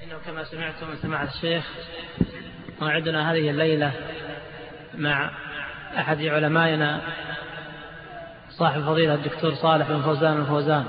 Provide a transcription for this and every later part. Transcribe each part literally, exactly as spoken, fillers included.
إنه كما سمعتم من سماحة الشيخ موعدنا هذه الليلة مع أحد علمائنا صاحب فضيلة الدكتور صالح بن فوزان الفوزان.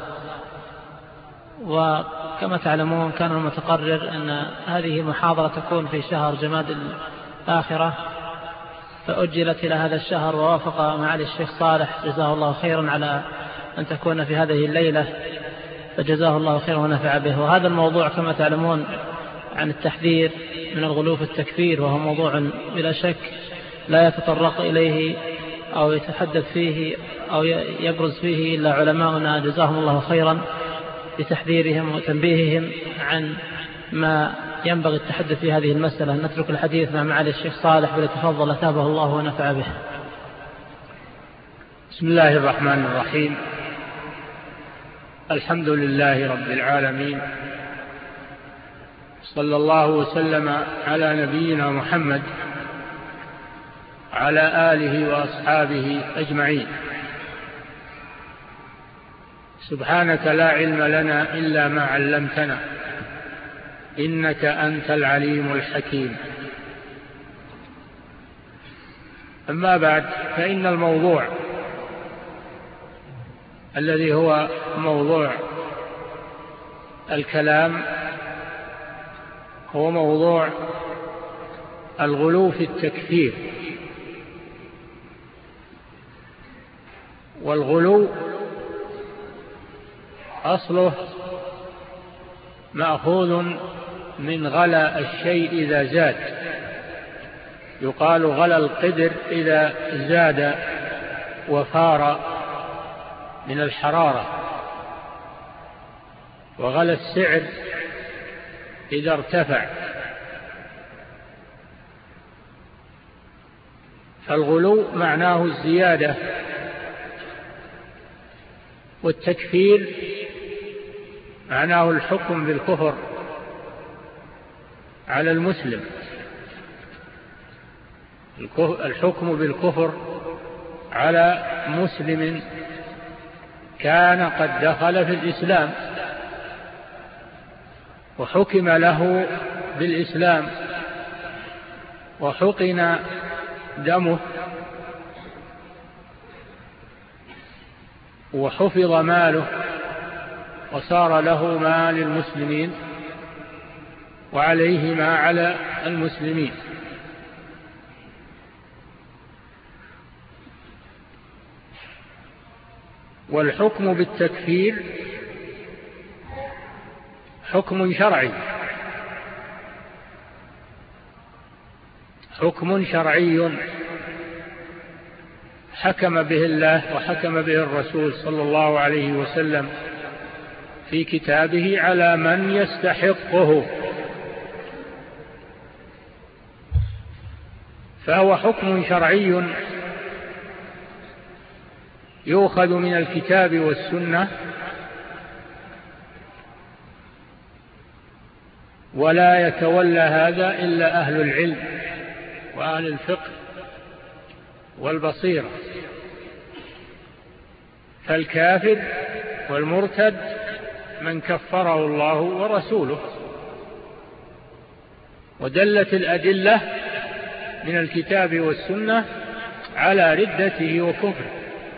وكما تعلمون كان المتقرر أن هذه محاضرة تكون في شهر جماد الآخرة، فأجلت إلى هذا الشهر، ووافق معالي الشيخ صالح جزاه الله خيرا على أن تكون في هذه الليلة، فجزاه الله خيرا ونفع به. وهذا الموضوع كما تعلمون عن التحذير من الغلو في التكفير، وهو موضوع بلا شك لا يتطرق إليه أو يتحدث فيه أو يبرز فيه إلا علماؤنا جزاهم الله خيرا بتحذيرهم وتنبيههم عن ما ينبغي التحدث في هذه المسألة. نترك الحديث مع معالي الشيخ صالح وليتفضل أثابه الله ونفع به. بسم الله الرحمن الرحيم. الحمد لله رب العالمين، صلى الله وسلم على نبينا محمد على آله وأصحابه أجمعين. سبحانك لا علم لنا إلا ما علمتنا إنك أنت العليم الحكيم. أما بعد، فإن الموضوع الذي هو موضوع الكلام هو موضوع الغلو في التكفير. والغلو أصله مأخوذ من غلا الشيء إذا زاد، يقال غلا القدر إذا زاد وفار من الحرارة، وغلا السعر إذا ارتفع. فالغلو معناه الزيادة، والتكفير معناه الحكم بالكفر على المسلم، الحكم بالكفر على مسلم كان قد دخل في الإسلام وحكم له بالإسلام وحقن دمه وحفظ ماله وصار له ما للمسلمين وعليه ما على المسلمين. والحكم بالتكفير حكم شرعي، حكم شرعي حكم به الله وحكم به الرسول صلى الله عليه وسلم في كتابه على من يستحقه، فهو حكم شرعي يؤخذ من الكتاب والسنة، ولا يتولى هذا إلا أهل العلم وأهل الفقه والبصيرة. فالكافر والمرتد من كفره الله ورسوله، ودلت الأدلة من الكتاب والسنة على ردته وكفره،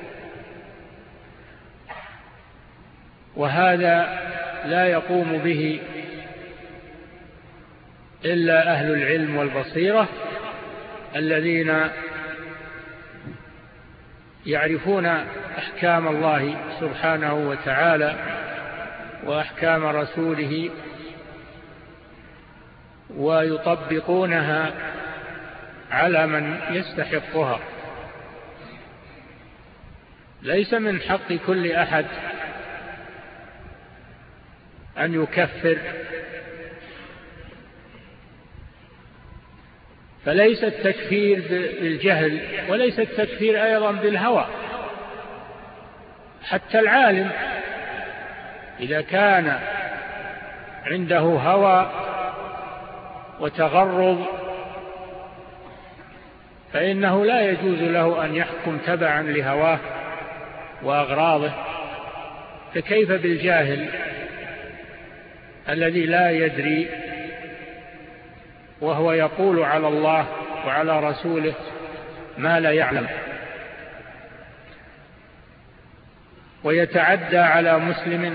وهذا لا يقوم به إلا أهل العلم والبصيرة الذين يعرفون أحكام الله سبحانه وتعالى وأحكام رسوله ويطبقونها على من يستحقها. ليس من حق كل أحد أن يكفر، فليس التكفير بالجهل وليس التكفير أيضا بالهوى. حتى العالم إذا كان عنده هوى وتغرض فإنه لا يجوز له أن يحكم تبعا لهواه وأغراضه، فكيف بالجاهل الذي لا يدري وهو يقول على الله وعلى رسوله ما لا يعلم، ويتعدى على مسلم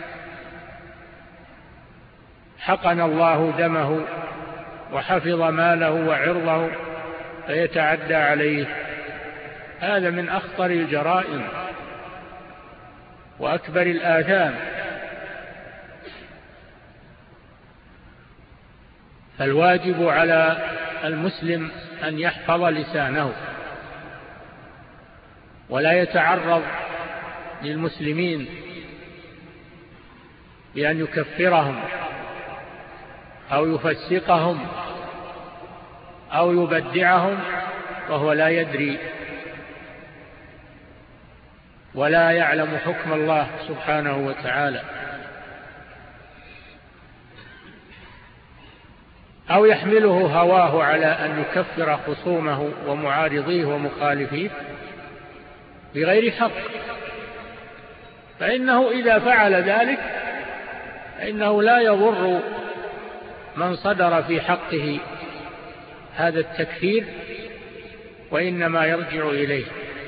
حقن الله دمه وحفظ ماله وعرضه فيتعدى عليه. هذا من أخطر الجرائم وأكبر الآثام. فالواجب على المسلم أن يحفظ لسانه ولا يتعرض للمسلمين بأن يكفرهم أو يفسقهم أو يبدعهم وهو لا يدري ولا يعلم حكم الله سبحانه وتعالى، أو يحمله هواه على أن يكفر خصومه ومعارضيه ومخالفيه بغير حق، فإنه إذا فعل ذلك فإنه لا يضر من صدر في حقه هذا التكفير، وإنما يرجع إليه.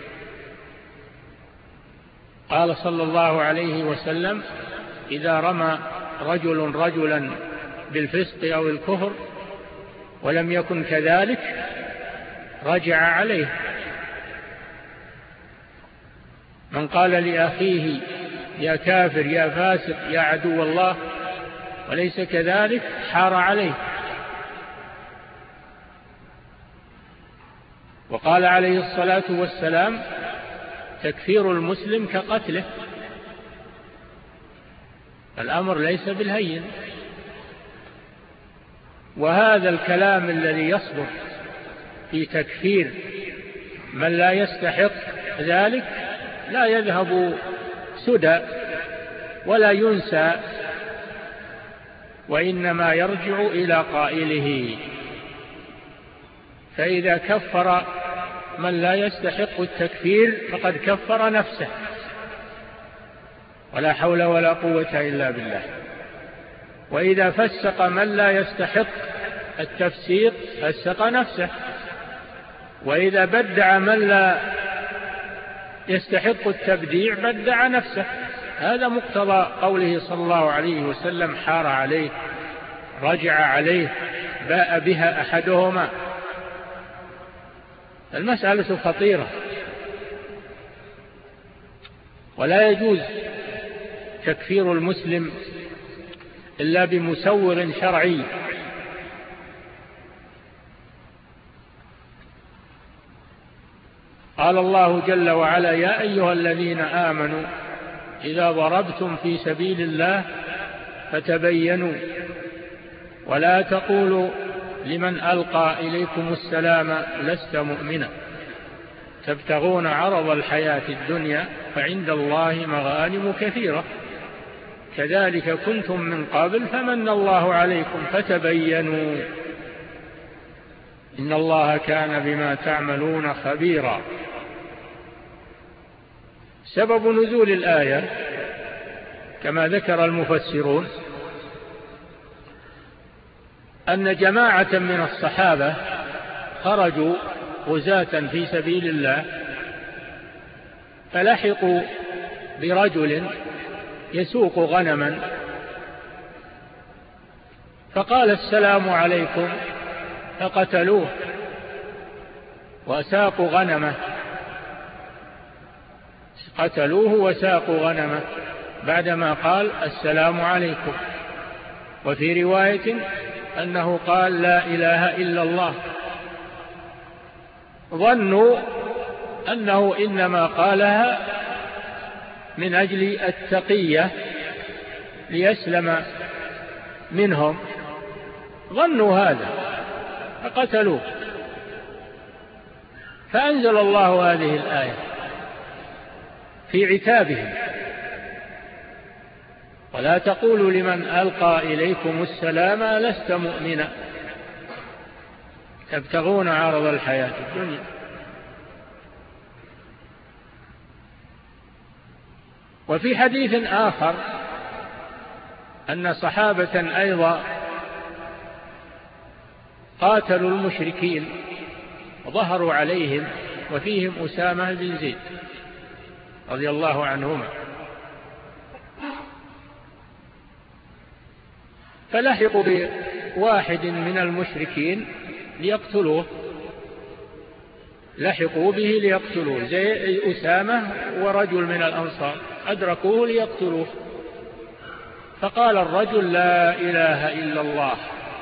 قال صلى الله عليه وسلم: إذا رمى رجل رجلا بالفسق أو الكفر ولم يكن كذلك رجع عليه. من قال لأخيه يا كافر يا فاسق يا عدو الله وليس كذلك حار عليه. وقال عليه الصلاة والسلام: تكفير المسلم كقتله. الأمر ليس بالهين. وهذا الكلام الذي يصدر في تكفير من لا يستحق ذلك لا يذهب سدى ولا ينسى، وإنما يرجع إلى قائله. فإذا كفر من لا يستحق التكفير فقد كفر نفسه، ولا حول ولا قوة إلا بالله. وإذا فسق من لا يستحق التفسيق فسق نفسه، وإذا بدع من لا يستحق التبديع بدع نفسه. هذا مقتضى قوله صلى الله عليه وسلم: حار عليه، رجع عليه، باء بها أحدهما. المسألة خطيرة، ولا يجوز تكفير المسلم إلا بمسوغ شرعي. قال الله جل وعلا: يا أيها الذين آمنوا إذا ضربتم في سبيل الله فتبينوا ولا تقولوا لمن ألقى إليكم السلام لست مؤمنا تبتغون عرض الحياة الدنيا فعند الله مغانم كثيرة كذلك كنتم من قبل فمن الله عليكم فتبينوا إن الله كان بما تعملون خبيرا. سبب نزول الآية كما ذكر المفسرون أن جماعة من الصحابة خرجوا غزاة في سبيل الله فلحقوا برجل يسوق غنما فقال السلام عليكم فقتلوه وساقوا غنمه قتلوه وساقوا غنمه بعدما قال السلام عليكم. وفي رواية أنه قال لا إله إلا الله. ظنوا أنه إنما قالها من أجل التقية ليسلم منهم، ظنوا هذا فقتلوه. فأنزل الله هذه الآية في عتابهم ولا تقولوا لمن ألقى إليكم السلام لست مؤمنا تبتغون عرض الحياة الدنيا. وفي حديث آخر أن صحابة أيضا قاتلوا المشركين وظهروا عليهم، وفيهم أسامة بن زيد رضي الله عنهما، فلحقوا بواحد من المشركين ليقتلوه، لحقوا به ليقتلوه زي أسامة ورجل من الأنصار أدركوه ليقتلوه، فقال الرجل لا إله إلا الله،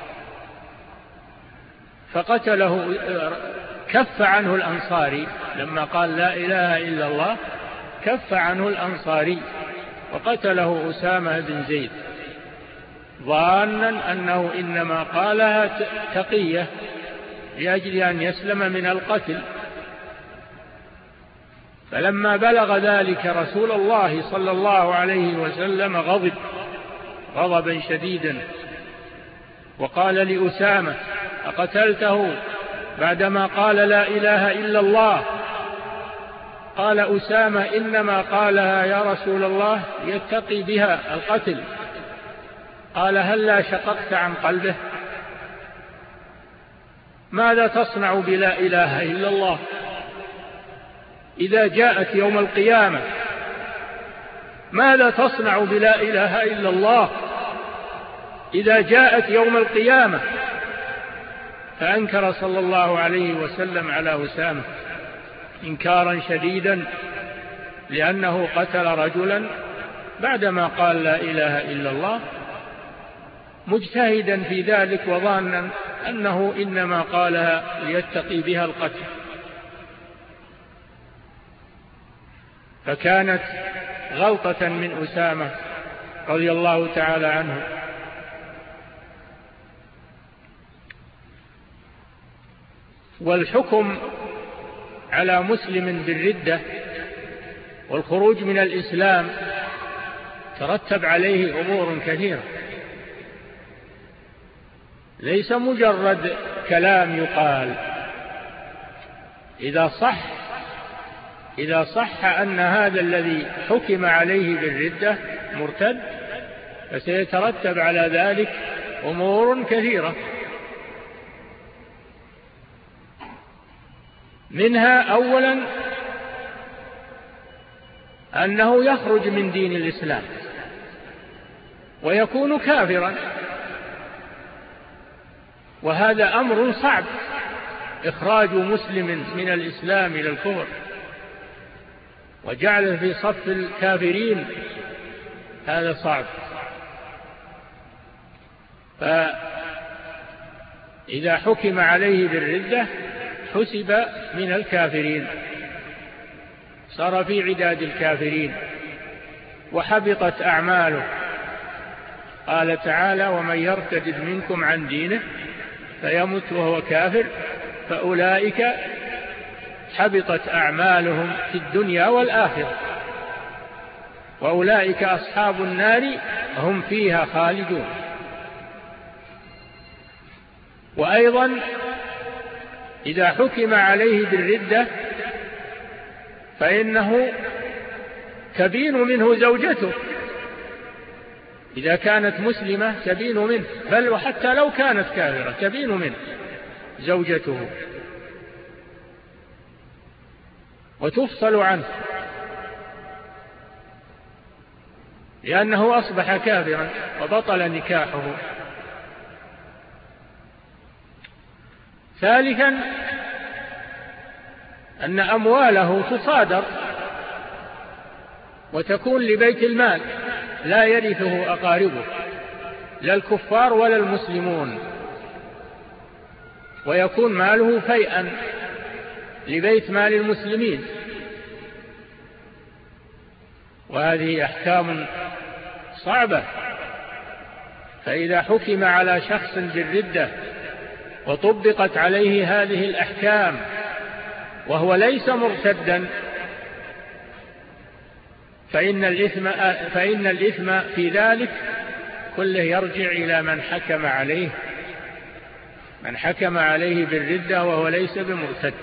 فقتله، كف عنه الأنصاري لما قال لا إله إلا الله، كف عنه الأنصاري وقتله أسامة بن زيد ظانا أنه إنما قالها تقية لأجل أن يسلم من القتل. فلما بلغ ذلك رسول الله صلى الله عليه وسلم غضب غضبا شديدا وقال لأسامة أقتلته بعدما قال لا إله إلا الله؟ قال أسامة إنما قالها يا رسول الله يتقي بها القتل. قال هل لا شققت عن قلبه؟ ماذا تصنع بلا إله إلا الله إذا جاءت يوم القيامة؟ ماذا تصنع بلا إله إلا الله إذا جاءت يوم القيامة؟ فأنكر صلى الله عليه وسلم على أسامة إنكارا شديدا، لأنه قتل رجلا بعدما قال لا إله إلا الله، مجتهدا في ذلك وظانا أنه إنما قالها ليتقي بها القتل. فكانت غلطة من أسامة رضي الله تعالى عنه. والحكم على مسلم بالردة والخروج من الإسلام ترتب عليه أمور كثيرة، ليس مجرد كلام يقال. إذا صح إذا صح أن هذا الذي حكم عليه بالردة مرتد، فسيترتب على ذلك أمور كثيرة، منها أولا أنه يخرج من دين الإسلام ويكون كافرا، وهذا أمر صعب، إخراج مسلم من الإسلام إلى الكفر وجعله في صف الكافرين، هذا صعب. فإذا حكم عليه بالردة حسب من الكافرين، صار في عداد الكافرين وحبطت أعماله. قال تعالى ومن يرتد منكم عن دينه فيمت وهو كافر فأولئك حبطت أعمالهم في الدنيا والآخرة وأولئك أصحاب النار هم فيها خالدون. وأيضا إذا حكم عليه بالردة فإنه تبين منه زوجته، إذا كانت مسلمة تبين منه، بل وحتى لو كانت كافرة تبين منه زوجته وتفصل عنه، لأنه أصبح كافرا وبطل نكاحه. ثالثا أن أمواله تصادر وتكون لبيت المال، لا يرثه أقاربه لا الكفار ولا المسلمون، ويكون ماله فيئا لبيت مال المسلمين. وهذه أحكام صعبة. فإذا حكم على شخص بالردة وطبقت عليه هذه الأحكام وهو ليس مرتدا فإن الإثم, فإن الإثم في ذلك كله يرجع إلى من حكم عليه من حكم عليه بالردة وهو ليس بمرتد.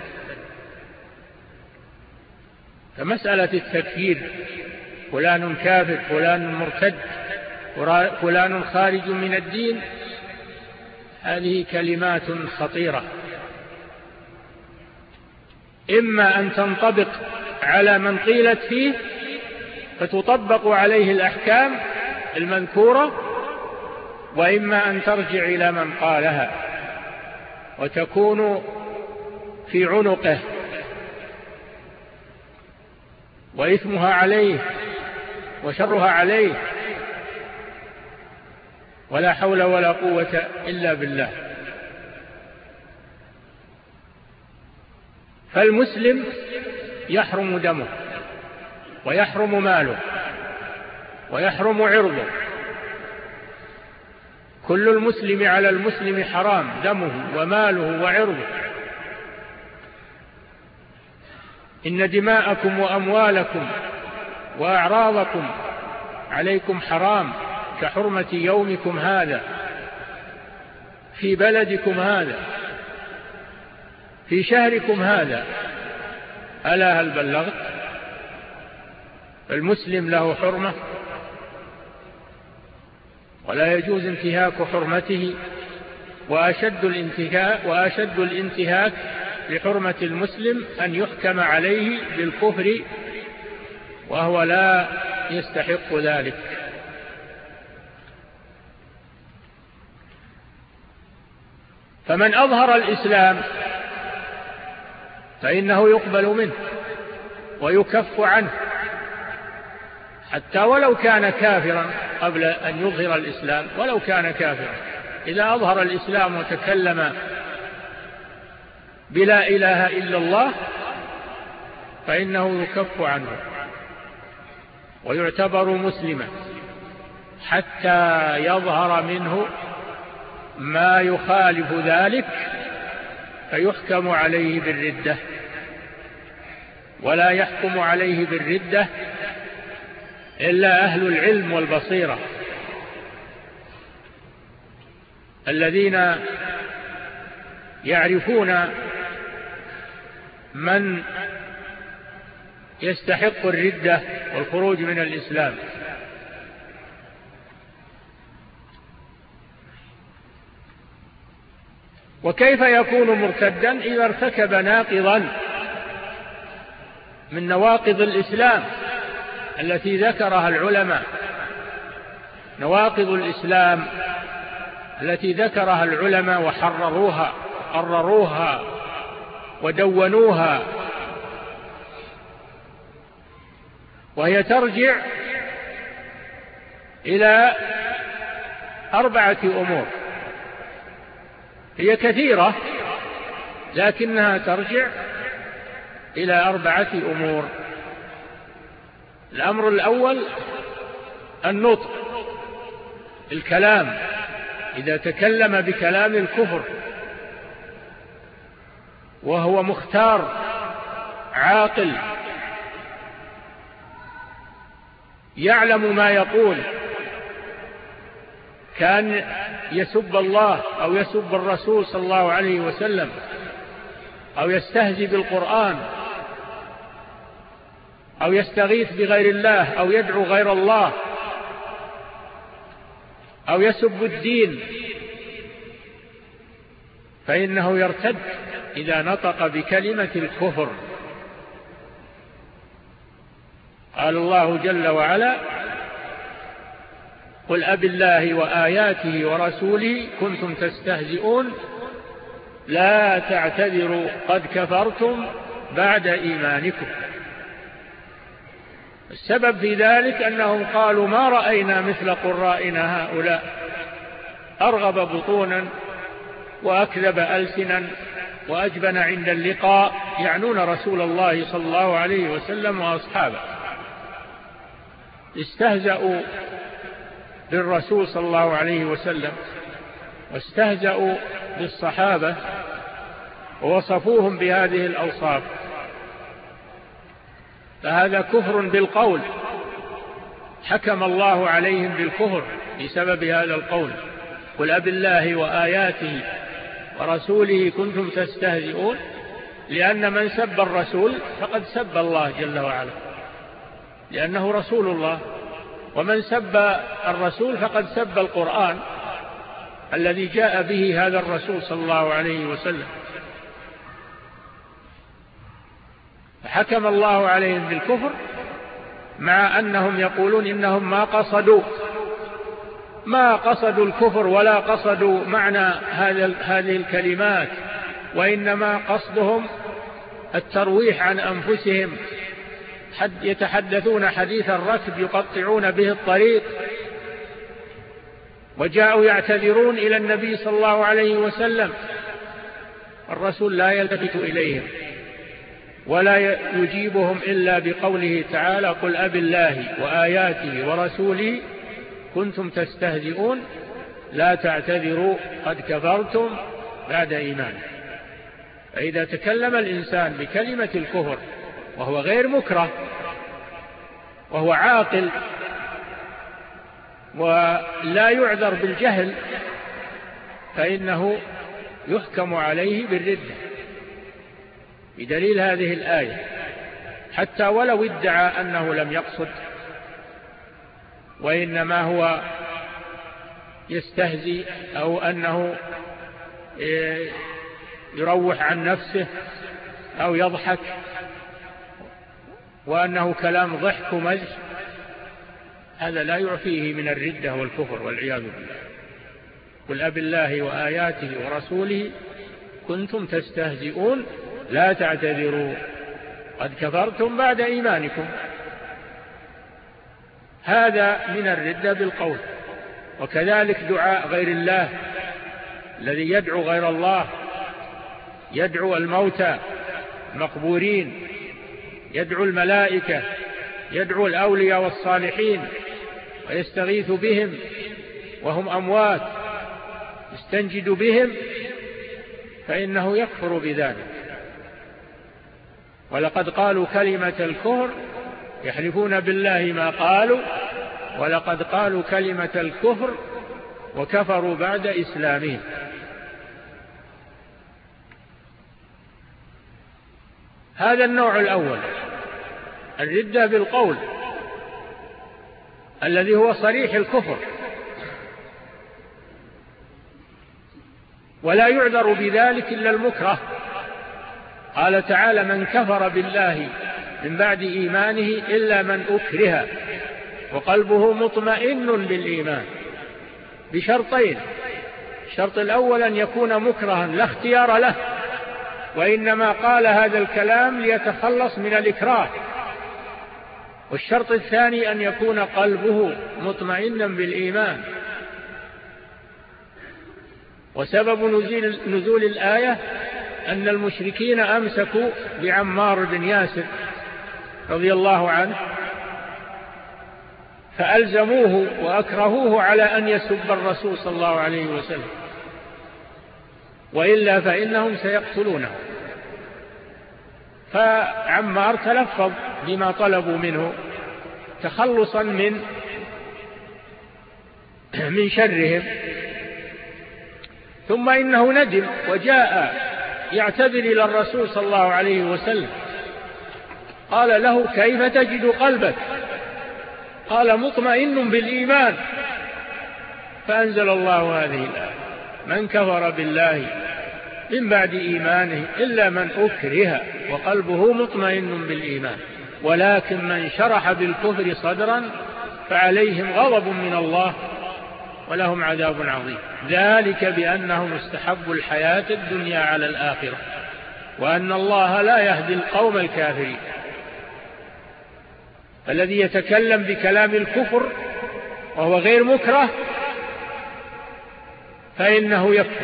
فمسألة التكفير، فلان كافر فلان مرتد فلان خارج من الدين، هذه كلمات خطيرة، إما أن تنطبق على من قيلت فيه فتطبق عليه الأحكام المذكورة، وإما أن ترجع إلى من قالها وتكون في عنقه وإثمها عليه وشرها عليه، ولا حول ولا قوة إلا بالله. فالمسلم يحرم دمه ويحرم ماله ويحرم عرضه، كل المسلم على المسلم حرام دمه وماله وعرضه. إن دماءكم وأموالكم وأعراضكم عليكم حرام كحرمة يومكم هذا في بلدكم هذا في شهركم هذا. ألا هل بلغت؟ المسلم له حرمة ولا يجوز انتهاك حرمته، وأشد الانتهاك وأشد الانتهاك لحرمة المسلم أن يحكم عليه بالكفر وهو لا يستحق ذلك. فمن أظهر الإسلام فإنه يقبل منه ويكف عنه، حتى ولو كان كافرا قبل أن يظهر الإسلام، ولو كان كافرا إذا أظهر الإسلام وتكلم بلا إله إلا الله فإنه يكف عنه ويعتبر مسلما حتى يظهر منه ما يخالف ذلك فيحكم عليه بالردة. ولا يحكم عليه بالردة إلا أهل العلم والبصيرة الذين يعرفون من يستحق الردة والخروج من الإسلام. وكيف يكون مرتدا إذا ارتكب ناقضا من نواقض الإسلام التي ذكرها العلماء؟ نواقض الإسلام التي ذكرها العلماء وحرروها قرروها ودونوها، وهي ترجع إلى أربعة أمور، هي كثيرة لكنها ترجع إلى أربعة أمور. الأمر الأول النطق، الكلام، إذا تكلم بكلام الكفر وهو مختار عاقل يعلم ما يقول، كان يسب الله أو يسب الرسول صلى الله عليه وسلم أو يستهزئ بالقرآن أو يستغيث بغير الله أو يدعو غير الله أو يسب الدين، فإنه يرتد إذا نطق بكلمة الكفر. قال الله جل وعلا: قل أب الله وآياته ورسوله كنتم تستهزئون لا تعتذروا قد كفرتم بعد إيمانكم. السبب في ذلك أنهم قالوا: ما رأينا مثل قرائنا هؤلاء، أرغب بطونا وأكذب ألسنا وأجبن عند اللقاء، يعنون رسول الله صلى الله عليه وسلم وأصحابه. استهزأوا بالرسول صلى الله عليه وسلم واستهزأوا بالصحابة ووصفوهم بهذه الأوصاف، فهذا كفر بالقول، حكم الله عليهم بالكفر بسبب هذا القول: قل أب الله وآياته ورسوله كنتم تستهزئون. لأن من سب الرسول فقد سب الله جل وعلا، لأنه رسول الله، ومن سب الرسول فقد سب القرآن، الذي جاء به هذا الرسول صلى الله عليه وسلم. فحكم الله عليهم بالكفر مع أنهم يقولون إنهم ما قصدوا ما قصدوا الكفر ولا قصدوا معنى هذه الكلمات، وإنما قصدهم الترويح عن أنفسهم، يتحدثون حديث الركب يقطعون به الطريق، وجاءوا يعتذرون إلى النبي صلى الله عليه وسلم، الرسول لا يلتفت إليهم ولا يجيبهم إلا بقوله تعالى: قل أب الله وآياته ورسوله كنتم تستهزئون لا تعتذروا قد كفرتم بعد إيمانكم. فإذا تكلم الإنسان بكلمة الكفر وهو غير مكره وهو عاقل ولا يعذر بالجهل فإنه يحكم عليه بالردة بدليل هذه الآية، حتى ولو ادعى أنه لم يقصد وإنما هو يستهزئ أو أنه يروح عن نفسه أو يضحك وأنه كلام ضحك ومزح، هذا لا يعفيه من الردة والكفر والعياذ بالله. قل أب الله وآياته ورسوله كنتم تستهزئون لا تعتذروا قد كفرتم بعد إيمانكم. هذا من الردة بالقول. وكذلك دعاء غير الله الذي يدعو غير الله، يدعو الموتى المقبورين، يدعو الملائكة، يدعو الأولياء والصالحين ويستغيث بهم وهم أموات، يستنجد بهم، فإنه يكفر بذلك. ولقد قالوا كلمة الكفر يحلفون بالله ما قالوا ولقد قالوا كلمة الكفر وكفروا بعد إسلامهم. هذا النوع الأول، الردة بالقول الذي هو صريح الكفر ولا يعذر بذلك إلا المكره. قال تعالى: من كفر بالله من بعد إيمانه إلا من أكره وقلبه مطمئن بالإيمان، بشرطين: الشرط الأول أن يكون مكرها لا اختيار له، وإنما قال هذا الكلام ليتخلص من الإكراه، والشرط الثاني أن يكون قلبه مطمئنا بالإيمان. وسبب نزول, نزول الآية أن المشركين أمسكوا بعمار بن ياسر رضي الله عنه فألزموه وأكرهوه على أن يسب الرسول صلى الله عليه وسلم، وإلا فإنهم سيقتلونه. فعمار تلفظ بما طلبوا منه تخلصا من من شرهم، ثم إنه ندم وجاء يعتذر إلى الرسول صلى الله عليه وسلم، قال له: كيف تجد قلبك؟ قال: مطمئن بالإيمان. فأنزل الله هذه الآية: من كفر بالله من بعد إيمانه إلا من أكره وقلبه مطمئن بالإيمان ولكن من شرح بالكفر صدرا فعليهم غضب من الله ولهم عذاب عظيم، ذلك بأنهم استحبوا الحياة الدنيا على الآخرة وأن الله لا يهدي القوم الكافرين. الذي يتكلم بكلام الكفر وهو غير مكره فإنه يكفر.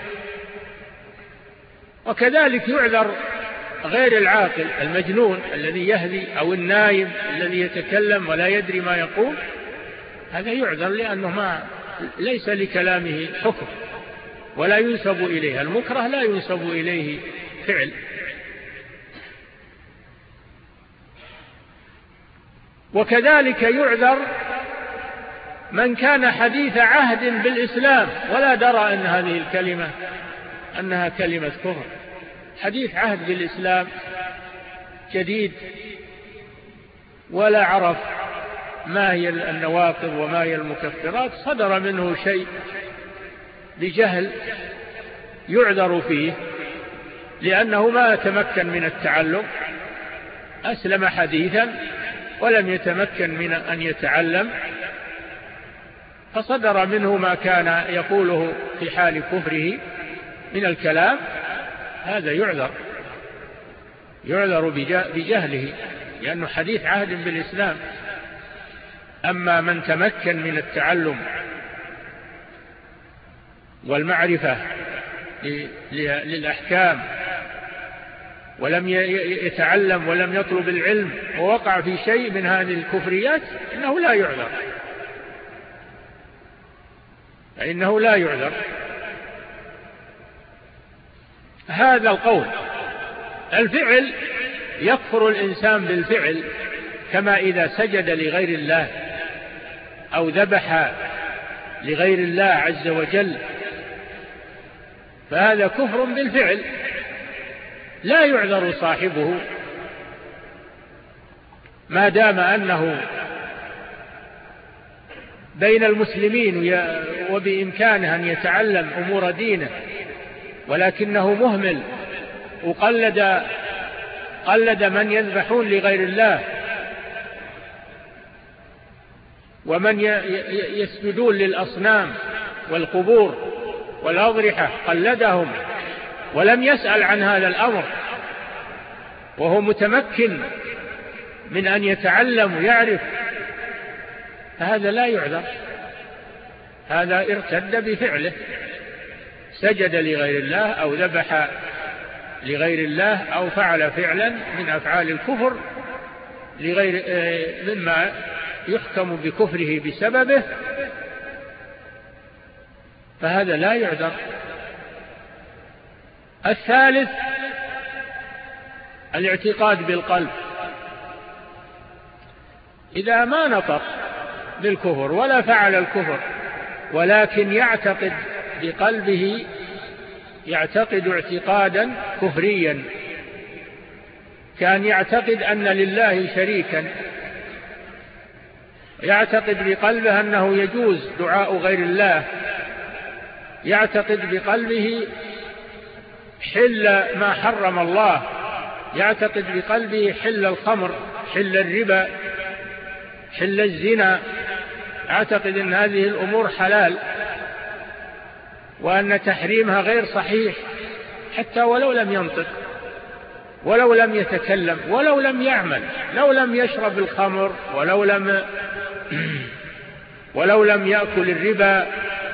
وكذلك يعذر غير العاقل المجنون الذي يهدي أو النايم الذي يتكلم ولا يدري ما يقول، هذا يعذر لأنه ما ليس لكلامه حكم ولا ينسب إليه. المكره لا ينسب إليه فعل. وكذلك يعذر من كان حديث عهد بالإسلام ولا درى أن هذه الكلمة أنها كلمة كفر، حديث عهد بالإسلام جديد ولا عرف ما هي النواقض وما هي المكفرات، صدر منه شيء بجهل يعذر فيه لأنه ما تمكن من التعلم، أسلم حديثا ولم يتمكن من أن يتعلم فصدر منه ما كان يقوله في حال كفره من الكلام، هذا يعذر يعذر بجهله لأنه حديث عهد بالإسلام. أما من تمكن من التعلم والمعرفة للأحكام ولم يتعلم ولم يطلب العلم ووقع في شيء من هذه الكفريات إنه لا يعذر فإنه لا يعذر. هذا القول. الفعل يكفر الإنسان بالفعل، كما إذا سجد لغير الله أو ذبح لغير الله عز وجل، فهذا كفر بالفعل لا يعذر صاحبه ما دام أنه بين المسلمين وبإمكانه أن يتعلم أمور دينه، ولكنه مهمل وقلد قلد من يذبحون لغير الله ومن يسجدون للأصنام والقبور والأضرحة، قلدهم ولم يسأل عن هذا الأمر وهو متمكن من أن يتعلم ويعرف، فهذا لا يعذر، هذا ارتد بفعله، سجد لغير الله أو ذبح لغير الله أو فعل فعلا من أفعال الكفر لغير مما يحكم بكفره بسببه، فهذا لا يعذر. الثالث الاعتقاد بالقلب. إذا ما نطق بالكفر ولا فعل الكفر ولكن يعتقد بقلبه، يعتقد اعتقادا كفريا، كان يعتقد أن لله شريكا، يعتقد بقلبه أنه يجوز دعاء غير الله، يعتقد بقلبه حل ما حرم الله، يعتقد بقلبه حل الخمر، حل الربا، حل الزنا، يعتقد أن هذه الأمور حلال وأن تحريمها غير صحيح، حتى ولو لم ينطق ولو لم يتكلم ولو لم يعمل، لو لم يشرب الخمر ولو لم ولو لم يأكل الربا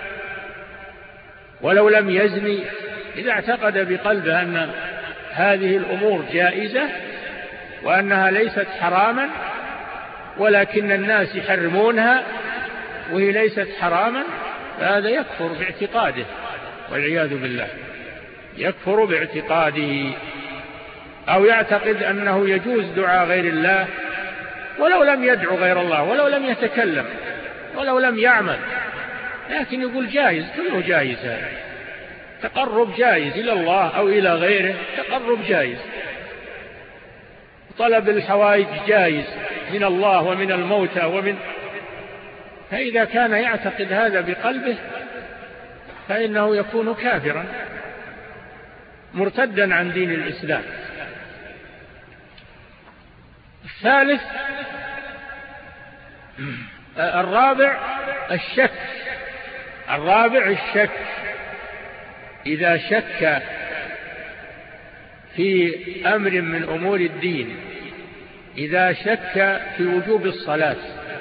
ولو لم يزني، إذا اعتقد بقلبه أن هذه الأمور جائزة وأنها ليست حراما ولكن الناس يحرمونها وهي ليست حراما، فهذا يكفر باعتقاده والعياذ بالله، يكفر باعتقاده. أو يعتقد أنه يجوز دعاء غير الله ولو لم يدعو غير الله ولو لم يتكلم ولو لم يعمل، لكن يقول جائز، كله جائز، هذا تقرب جائز إلى الله أو إلى غيره، تقرب جائز، طلب الحوائج جائز من الله ومن الموتى ومن، فإذا كان يعتقد هذا بقلبه فإنه يكون كافرا مرتدا عن دين الإسلام. الثالث الرابع الشك. الرابع الشك، إذا شك في أمر من أمور الدين، إذا شك في وجوب الصلاة،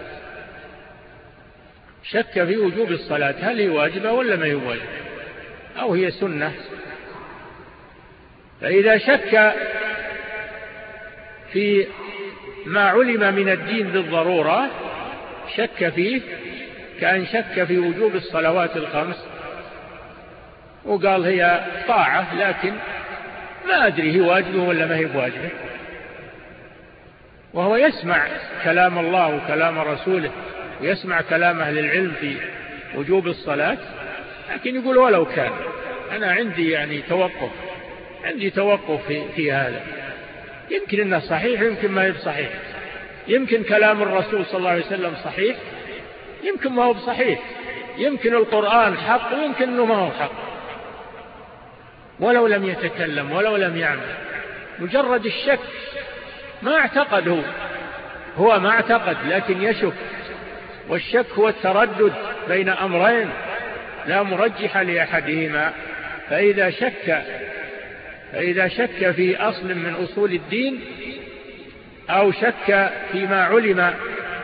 شك في وجوب الصلاة هل هي واجبة ولا ما هي واجبة أو هي سنة، فإذا شك في ما علم من الدين بالضرورة، شك فيه كأن شك في وجوب الصلوات الخمس وقال هي طاعة لكن ما أدري هي واجبة ولا ما هي واجبة، وهو يسمع كلام الله وكلام رسوله ويسمع كلام أهل العلم في وجوب الصلاة، لكن يقول ولو كان أنا عندي يعني توقف، عندي توقف في, في هذا، يمكن إنه صحيح يمكن ما هو صحيح، يمكن كلام الرسول صلى الله عليه وسلم صحيح يمكن ما هو بصحيح، يمكن القرآن حق ويمكن أنه ما هو حق، ولو لم يتكلم ولو لم يعمل، مجرد الشك، ما اعتقد هو هو ما اعتقد لكن يشك، والشك هو التردد بين أمرين لا مرجح لأحدهما. فإذا شك فإذا شك في أصل من أصول الدين أو شك فيما علم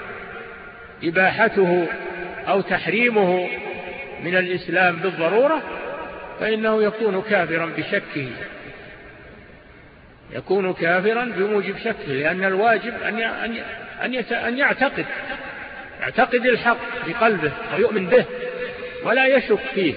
إباحته أو تحريمه من الإسلام بالضرورة، فإنه يكون كافرا بشكه، يكون كافرا بموجب شكه، لأن الواجب أن يعتقد يعتقد الحق بقلبه ويؤمن به ولا يشك فيه.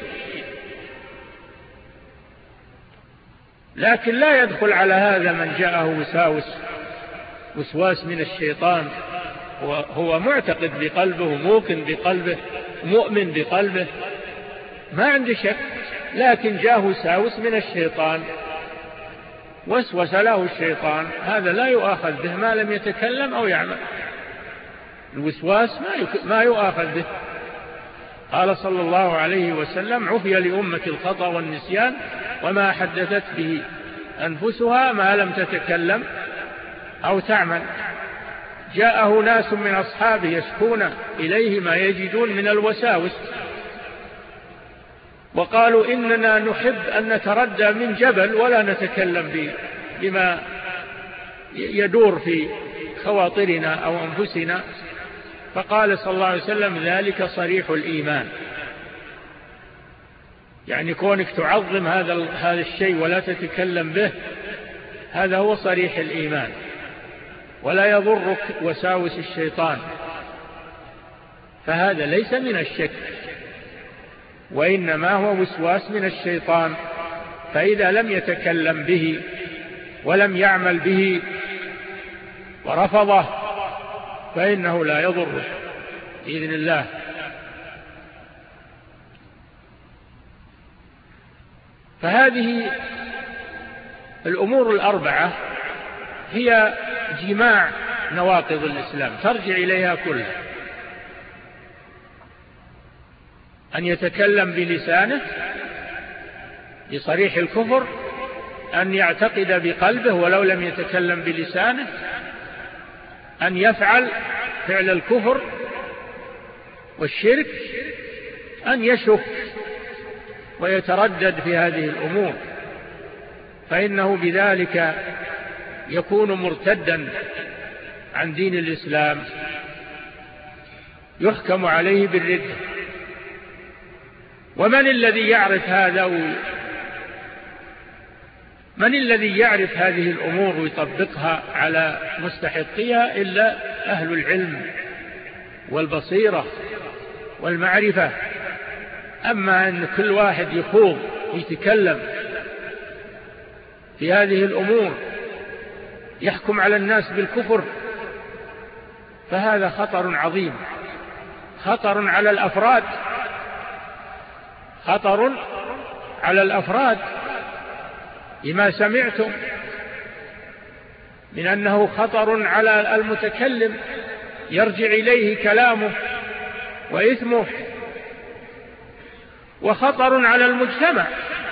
لكن لا يدخل على هذا من جاءه وساوس وسواس من الشيطان، وهو معتقد بقلبه وموقن بقلبه مؤمن بقلبه ما عنده شك، لكن جاءه وساوس من الشيطان وسوس له الشيطان، هذا لا يؤاخذ به ما لم يتكلم أو يعمل. الوسواس ما يؤاخذ به. قال صلى الله عليه وسلم: عفي لأمة الخطأ والنسيان وما حدثت به أنفسها ما لم تتكلم أو تعمل. جاءه ناس من أصحابه يشكون إليه ما يجدون من الوساوس، وقالوا: إننا نحب أن نتردى من جبل ولا نتكلم بما يدور في خواطرنا أو أنفسنا. فقال صلى الله عليه وسلم: ذلك صريح الإيمان، يعني كونك تعظم هذا هذا الشيء ولا تتكلم به، هذا هو صريح الإيمان، ولا يضرك وساوس الشيطان، فهذا ليس من الشك، وإنما هو وسواس من الشيطان. فإذا لم يتكلم به ولم يعمل به ورفضه فإنه لا يضره بإذن الله. فهذه الأمور الأربعة هي جماع نواقض الإسلام، ترجع إليها كلها: أن يتكلم بلسانه بصريح الكفر، أن يعتقد بقلبه ولو لم يتكلم بلسانه، أن يفعل فعل الكفر والشرك، أن يشك ويتردد في هذه الأمور، فإنه بذلك يكون مرتدا عن دين الإسلام، يحكم عليه بالردة. ومن الذي يعرف هذا؟ من الذي يعرف هذه الأمور ويطبقها على مستحقيها إلا أهل العلم والبصيرة والمعرفة. أما أن كل واحد يخوض ويتكلم في هذه الأمور يحكم على الناس بالكفر، فهذا خطر عظيم، خطر على الأفراد، خطر على الأفراد لما سمعتم من أنه خطر على المتكلم يرجع إليه كلامه وإثمه، وخطر على المجتمع،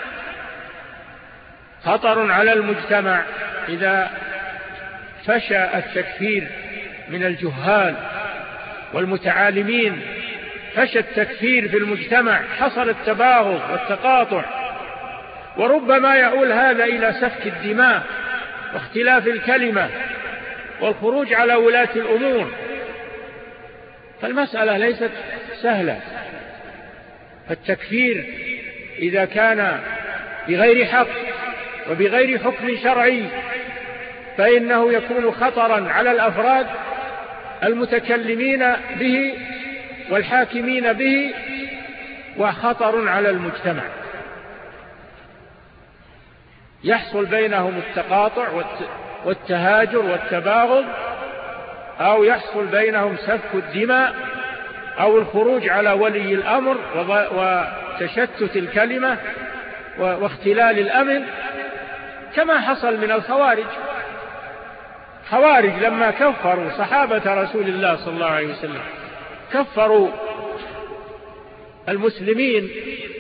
خطر على المجتمع إذا فشى التكفير من الجهال والمتعالمين، فشى التكفير في المجتمع، حصل التباغض والتقاطع، وربما يؤول هذا إلى سفك الدماء واختلاف الكلمة والخروج على ولاة الأمور. فالمسألة ليست سهلة، فالتكفير إذا كان بغير حق وبغير حكم شرعي فإنه يكون خطرا على الأفراد المتكلمين به والحاكمين به، وخطر على المجتمع، يحصل بينهم التقاطع والتهاجر والتباغض، أو يحصل بينهم سفك الدماء أو الخروج على ولي الأمر وتشتت الكلمة واختلال الأمن، كما حصل من الخوارج. خوارج لما كفروا صحابة رسول الله صلى الله عليه وسلم، كفروا المسلمين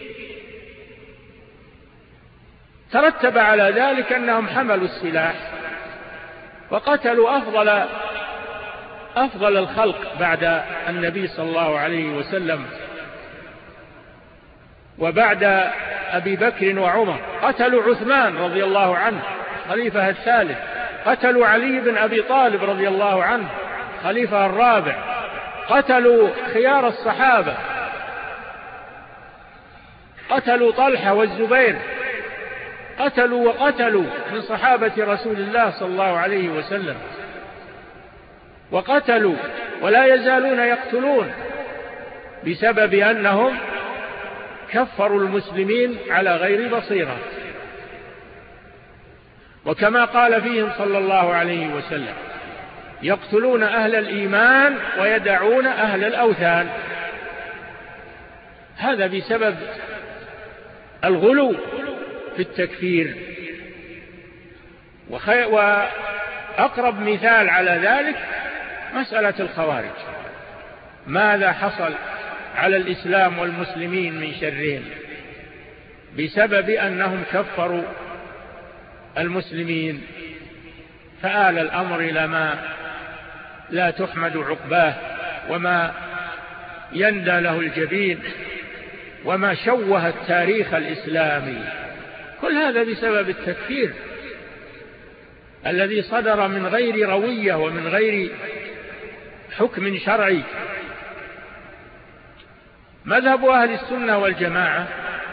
ترتب على ذلك أنهم حملوا السلاح وقتلوا أفضل أفضل الخلق بعد النبي صلى الله عليه وسلم وبعد أبي بكر وعمر. قتلوا عثمان رضي الله عنه خليفة الثالث، قتلوا علي بن أبي طالب رضي الله عنه خليفة الرابع، قتلوا خيار الصحابة، قتلوا طلحة والزبير، قتلوا وقتلوا من صحابة رسول الله صلى الله عليه وسلم، وقتلوا ولا يزالون يقتلون بسبب أنهم كفروا المسلمين على غير بصيرة. وكما قال فيهم صلى الله عليه وسلم: يقتلون أهل الإيمان ويدعون أهل الأوثان. هذا بسبب الغلو في التكفير. وأقرب مثال على ذلك مسألة الخوارج. ماذا حصل على الإسلام والمسلمين من شرهم؟ بسبب أنهم كفروا المسلمين، فآل الأمر إلى ما لا تحمد عقباه، وما يندى له الجبين، وما شوه التاريخ الإسلامي. كل هذا بسبب التكفير الذي صدر من غير روية ومن غير حكم شرعي. مذهب أهل السنة والجماعة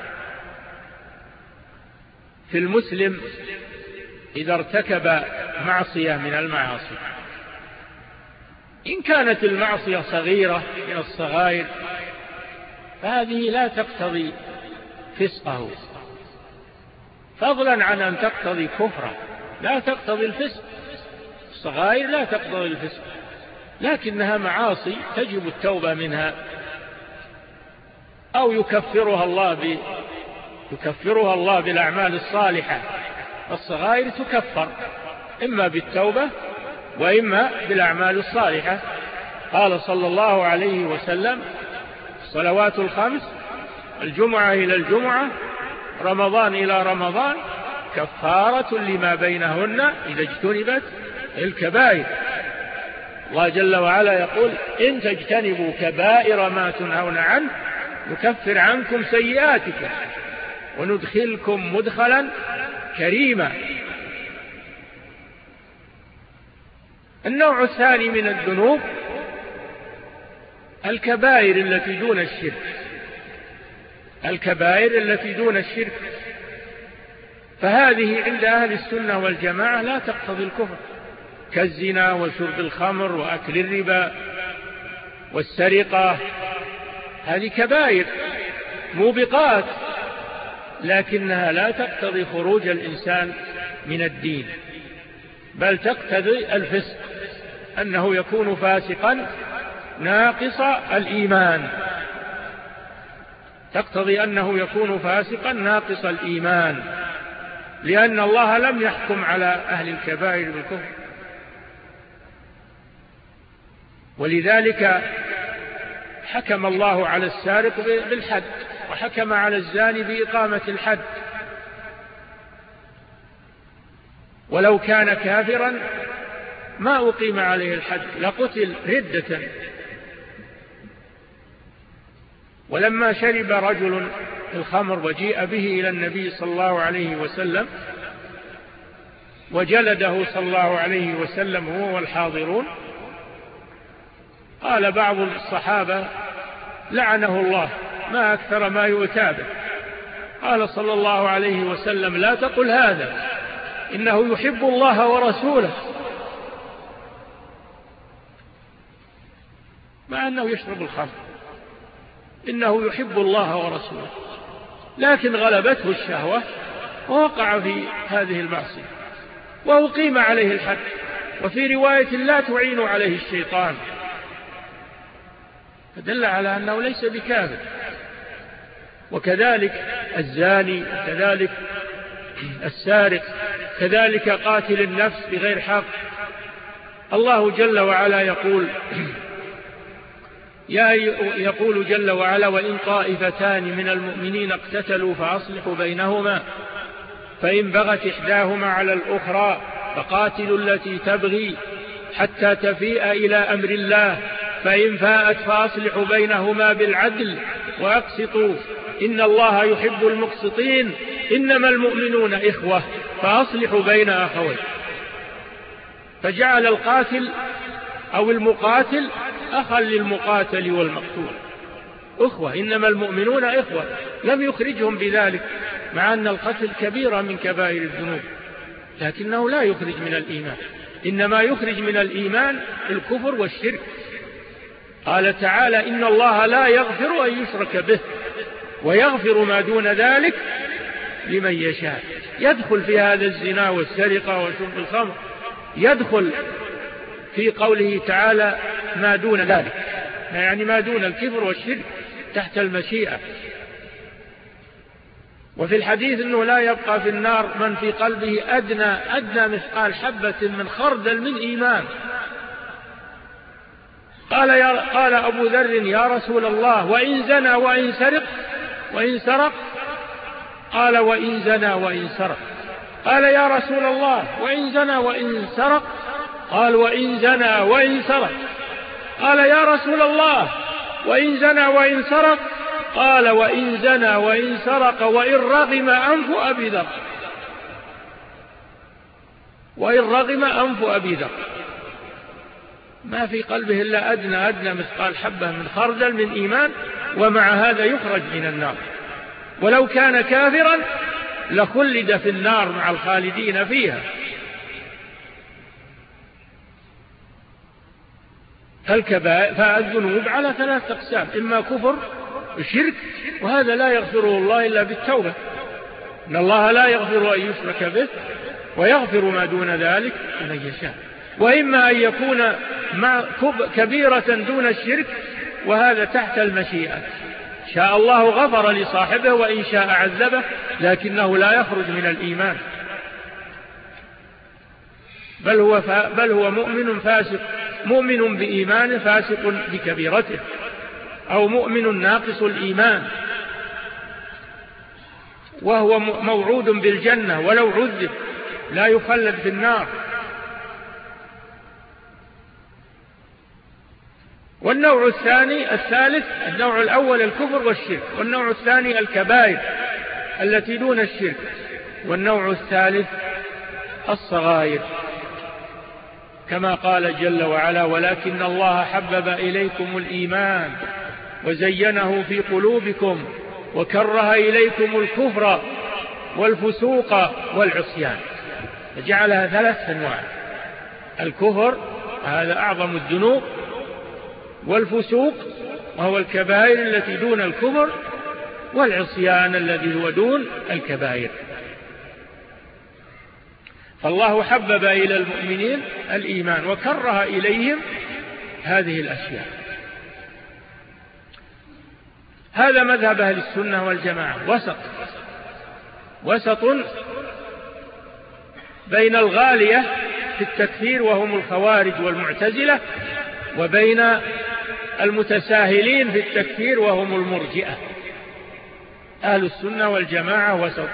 في المسلم إذا ارتكب معصية من المعاصي، إن كانت المعصية صغيرة من الصغائر فهذه لا تقتضي فسقه، فضلا عن أن تقتضي كفره، لا تقتضي الفسق. الصغائر لا تقتضي الفسق، لكنها معاصي تجب التوبة منها، أو يكفرها الله ب... يكفرها الله بالأعمال الصالحة. الصغائر تكفر إما بالتوبة وإما بالأعمال الصالحة. قال صلى الله عليه وسلم: الصلوات الخمس، الجمعة إلى الجمعة، رمضان إلى رمضان، كفارة لما بينهن إذا اجتنبت الكبائر. الله جل وعلا يقول: إن تجتنبوا كبائر ما تنهون عنه نكفر عنكم سيئاتكم وندخلكم مدخلا كريما. النوع الثاني من الذنوب الكبائر التي دون الشرك، الكبائر التي دون الشرك، فهذه عند أهل السنة والجماعة لا تقتضي الكفر، كالزنا وشرب الخمر وأكل الربا والسرقة. هذه كبائر موبقات، لكنها لا تقتضي خروج الإنسان من الدين، بل تقتضي الفسق، أنه يكون فاسقا ناقص الإيمان، تقتضي أنه يكون فاسقا ناقص الإيمان، لأن الله لم يحكم على أهل الكبائر بالكفر. ولذلك حكم الله على السارق بالحد، وحكم على الزاني بإقامة الحد، ولو كان كافرا ما أقيم عليه الحد لقتل ردة. ولما شرب رجل الخمر وجيء به إلى النبي صلى الله عليه وسلم وجلده صلى الله عليه وسلم هو والحاضرون، قال بعض الصحابة: لعنه الله، ما أكثر ما يؤتى به. قال صلى الله عليه وسلم: لا تقل هذا، إنه يحب الله ورسوله، مع أنه يشرب الخمر، إنه يحب الله ورسوله، لكن غلبته الشهوة ووقع في هذه المعصية وأقيم عليه الحد. وفي رواية: لا تعين عليه الشيطان، فدل على أنه ليس بكافر. وكذلك الزاني، وكذلك السارق، كذلك قاتل النفس بغير حق. الله جل وعلا يقول: يقول جل وعلا: وإن طائفتان من المؤمنين اقتتلوا فأصلحوا بينهما فإن بغت إحداهما على الأخرى فقاتلوا التي تبغي حتى تفيء إلى أمر الله فإن فاءت فأصلحوا بينهما بالعدل وأقسطوا إن الله يحب المقسطين إنما المؤمنون إخوة فأصلحوا بين أخوين. فجعل القاتل أو المقاتل أخا للمقاتل والمقتول، أخوة، إنما المؤمنون إخوة، لم يخرجهم بذلك، مع أن القتل كبيرة من كبائر الذنوب، لكنه لا يخرج من الإيمان، إنما يخرج من الإيمان الكفر والشرك. قال تعالى: إن الله لا يغفر أن يشرك به ويغفر ما دون ذلك لمن يشاء. يدخل في هذا الزنا والسرقة وشرب الخمر، يدخل في قوله تعالى ما دون ذلك، يعني ما دون الكفر والشرك تحت المشيئة. وفي الحديث أنه لا يبقى في النار من في قلبه أدنى أدنى مثقال حبة من خردل من إيمان. قال, يا قال أبو ذر: يا رسول الله، وإن زنى وإن سرق وإن سرق؟ قال: وإن زنى وإن سرق. قال: يا رسول الله، وإن زنى وإن سرق؟ قال: وإن زنى وإن سرق. قال: يا رسول الله، وإن زنى وإن سرق؟ قال: وإن زنى وإن سرق وإن رغم أنف أبي ذر، وإن رغم أنف أبي ذر. ما في قلبه إلا أدنى أدنى مثقال حبة من خردل من إيمان، ومع هذا يخرج من النار، ولو كان كافرا لخلد في النار مع الخالدين فيها. فالذنوب على ثلاث أقسام: إما كفر وشرك، وهذا لا يغفره الله إلا بالتوبة، إن الله لا يغفر أن يشرك به ويغفر ما دون ذلك لمن يشاء. وإما أن يكون مع كبيرة دون الشرك، وهذا تحت المشيئة، شاء الله غفر لصاحبه وإن شاء عذبه، لكنه لا يخرج من الإيمان، بل هو, بل هو مؤمن فاسق، مؤمن بإيمان فاسق بكبيرته، أو مؤمن ناقص الإيمان، وهو موعود بالجنة ولو عذب لا يخلد في النار. والنوع الثاني الثالث النوع الأول الكفر والشرك، والنوع الثاني الكبائر التي دون الشرك، والنوع الثالث الصغائر، كما قال جل وعلا: ولكن الله حبب إليكم الإيمان وزينه في قلوبكم وكره إليكم الكفر والفسوق والعصيان. فجعلها ثلاث أنواع: الكفر هذا أعظم الذنوب، والفسوق وهو الكبائر التي دون الكفر، والعصيان الذي هو دون الكبائر. فالله حبب إلى المؤمنين الإيمان وكره إليهم هذه الأشياء. هذا مذهب أهل السنة والجماعة، وسط وسط بين الغالية في التكفير وهم الخوارج والمعتزلة، وبين المتساهلين في التكفير وهم المرجئة. أهل السنة والجماعة وسط.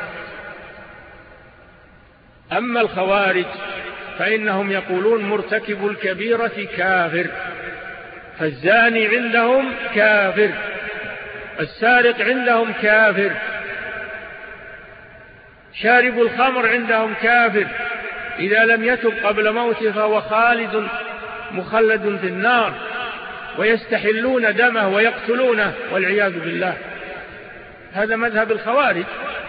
أما الخوارج فإنهم يقولون مرتكب الكبيرة كافر، فالزاني عندهم كافر، السارق عندهم كافر، شارب الخمر عندهم كافر، إذا لم يتب قبل موته فهو خالد مخلد في النار، ويستحلون دمه ويقتلونه والعياذ بالله. هذا مذهب الخوارج.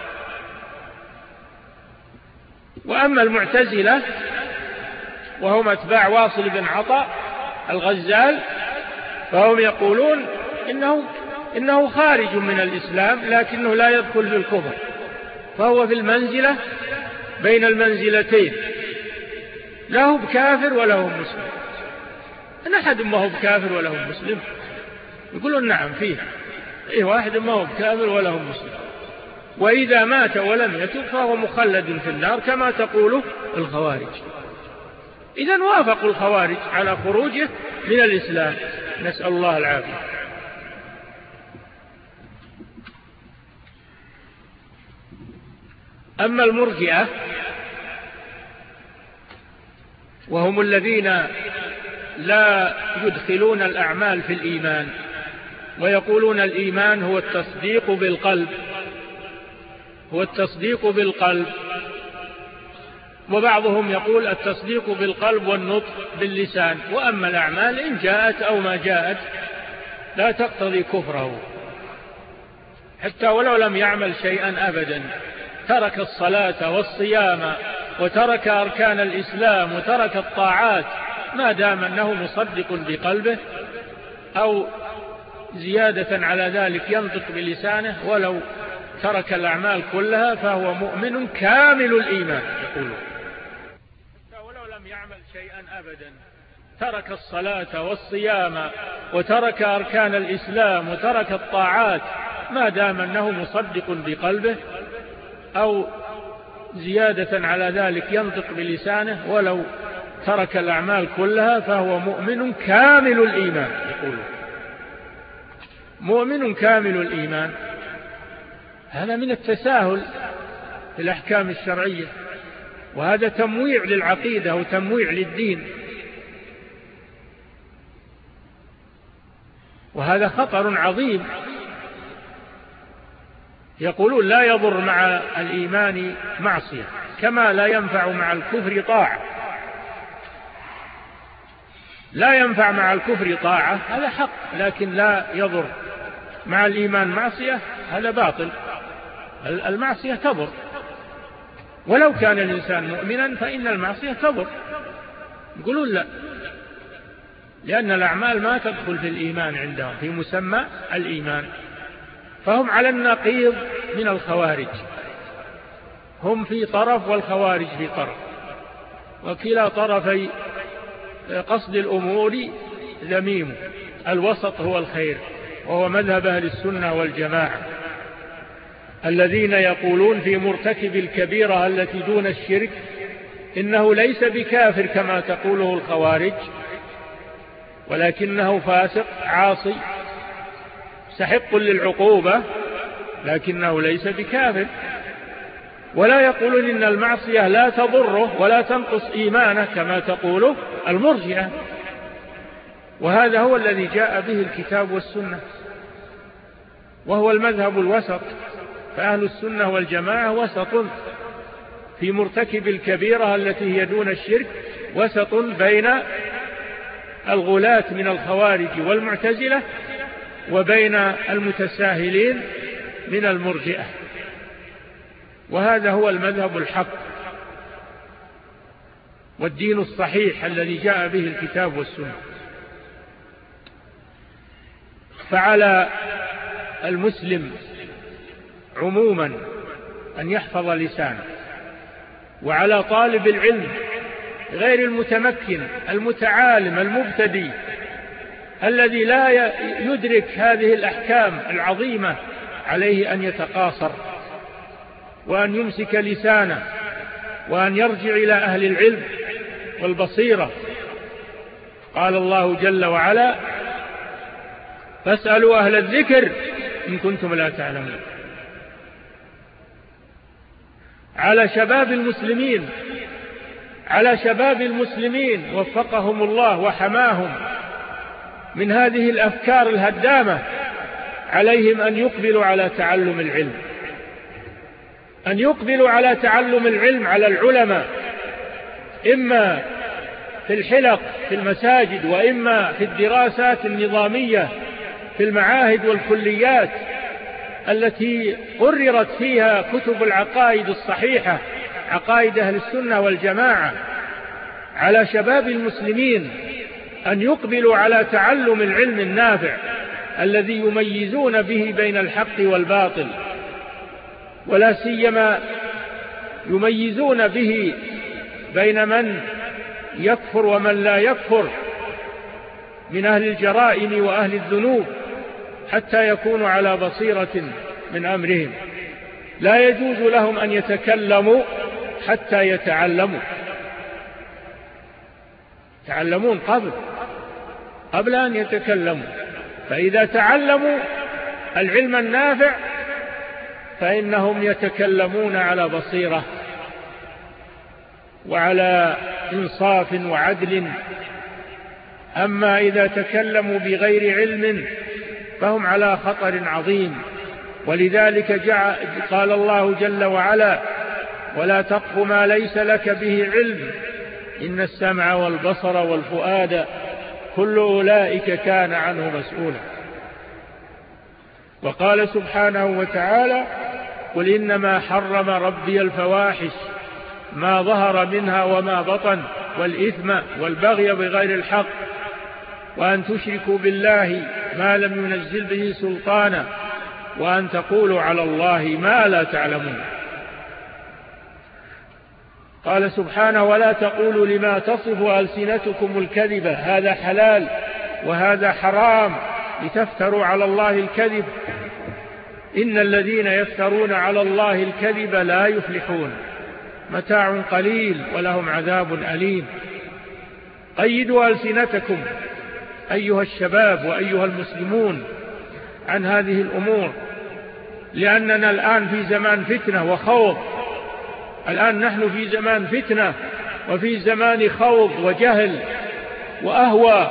وأما المعتزلة وهم أتباع واصل بن عطاء الغزال، فهم يقولون إنه, إنه خارج من الإسلام لكنه لا يدخل في الكفر، فهو في المنزلة بين المنزلتين، لا هو بكافر ولا هو مسلم. أن أحد ما هو بكافر ولا هو مسلم؟ يقولون نعم فيه، إيه واحد ما هو بكافر ولا هو مسلم، وإذا مات ولم يتب فهو مخلد في النار كما تقوله الخوارج. إذن وافقوا الخوارج على خروجه من الإسلام، نسأل الله العافية. أما المرجئة وهم الذين لا يدخلون الأعمال في الإيمان ويقولون الإيمان هو التصديق بالقلب هو التصديق بالقلب وبعضهم يقول التصديق بالقلب والنطق باللسان، وأما الأعمال إن جاءت أو ما جاءت لا تقتضي كفره، حتى ولو لم يعمل شيئا أبدا، ترك الصلاة والصيام وترك أركان الإسلام وترك الطاعات، ما دام أنه مصدق بقلبه أو زيادة على ذلك ينطق بلسانه، ولو ترك الأعمال كلها فهو مؤمن كامل الإيمان يقولون، ولو لم يعمل شيئا أبدا، ترك الصلاة والصيام وترك أركان الإسلام وترك الطاعات، ما دام أنه مصدق بقلبه أو زيادة على ذلك ينطق بلسانه، ولو ترك الأعمال كلها فهو مؤمن كامل الإيمان يقولون، مؤمن كامل الإيمان. هذا من التساهل في الأحكام الشرعية، وهذا تمويع للعقيدة وتمويع للدين، وهذا خطر عظيم. يقولون لا يضر مع الإيمان معصية كما لا ينفع مع الكفر طاعة. لا ينفع مع الكفر طاعة هذا حق، لكن لا يضر مع الإيمان معصية هذا باطل. المعصية تضر، ولو كان الإنسان مؤمنا فإن المعصية تضر. يقولون لا، لأن الأعمال ما تدخل في الإيمان عندهم في مسمى الإيمان، فهم على النقيض من الخوارج، هم في طرف والخوارج في طرف، وكلا طرفي قصد الأمور ذميم، الوسط هو الخير، وهو مذهب أهل السنة والجماعة الذين يقولون في مرتكب الكبيرة التي دون الشرك إنه ليس بكافر كما تقوله الخوارج، ولكنه فاسق عاصي سحق للعقوبة، لكنه ليس بكافر. ولا يقولون إن المعصية لا تضره ولا تنقص إيمانه كما تقوله المرجئة، وهذا هو الذي جاء به الكتاب والسنة، وهو المذهب الوسط. فأهل السنة والجماعة وسط في مرتكب الكبيرة التي هي دون الشرك، وسط بين الغلاة من الخوارج والمعتزلة وبين المتساهلين من المرجئة، وهذا هو المذهب الحق والدين الصحيح الذي جاء به الكتاب والسنة. فعلى المسلم عموما أن يحفظ لسانه، وعلى طالب العلم غير المتمكن المتعالم المبتدئ الذي لا يدرك هذه الأحكام العظيمة عليه أن يتقاصر وأن يمسك لسانه وأن يرجع إلى أهل العلم والبصيرة. قال الله جل وعلا: فاسألوا أهل الذكر إن كنتم لا تعلمون. على شباب المسلمين على شباب المسلمين وفقهم الله وحماهم من هذه الأفكار الهدامة، عليهم أن يقبلوا على تعلم العلم، أن يقبلوا على تعلم العلم على العلماء، إما في الحلق في المساجد، وإما في الدراسات النظامية في المعاهد والكليات التي قررت فيها كتب العقائد الصحيحة، عقائد أهل السنة والجماعة. على شباب المسلمين أن يقبلوا على تعلم العلم النافع الذي يميزون به بين الحق والباطل، ولا سيما يميزون به بين من يكفر ومن لا يكفر من أهل الجرائم وأهل الذنوب، حتى يكونوا على بصيرة من أمرهم. لا يجوز لهم أن يتكلموا حتى يتعلموا، يتعلمون قبل قبل أن يتكلموا، فإذا تعلموا العلم النافع فإنهم يتكلمون على بصيرة وعلى إنصاف وعدل. أما إذا تكلموا بغير علم فهم على خطر عظيم. ولذلك جاء قال الله جل وعلا: ولا تقف ما ليس لك به علم إن السمع والبصر والفؤاد كل أولئك كان عنه مسؤولا. وقال سبحانه وتعالى: قل إنما حرم ربي الفواحش ما ظهر منها وما بطن والإثم والبغي بغير الحق وأن تشركوا بالله ما لم ينزل به سلطانا وأن تقولوا على الله ما لا تعلمون. قال سبحانه: ولا تقولوا لما تصف ألسنتكم الكذب هذا حلال وهذا حرام لتفتروا على الله الكذب إن الذين يفترون على الله الكذب لا يفلحون متاع قليل ولهم عذاب أليم. قيدوا ألسنتكم أيها الشباب وأيها المسلمون عن هذه الأمور، لأننا الآن في زمان فتنة وخوض. الآن نحن في زمان فتنة وفي زمان خوض وجهل وأهوى،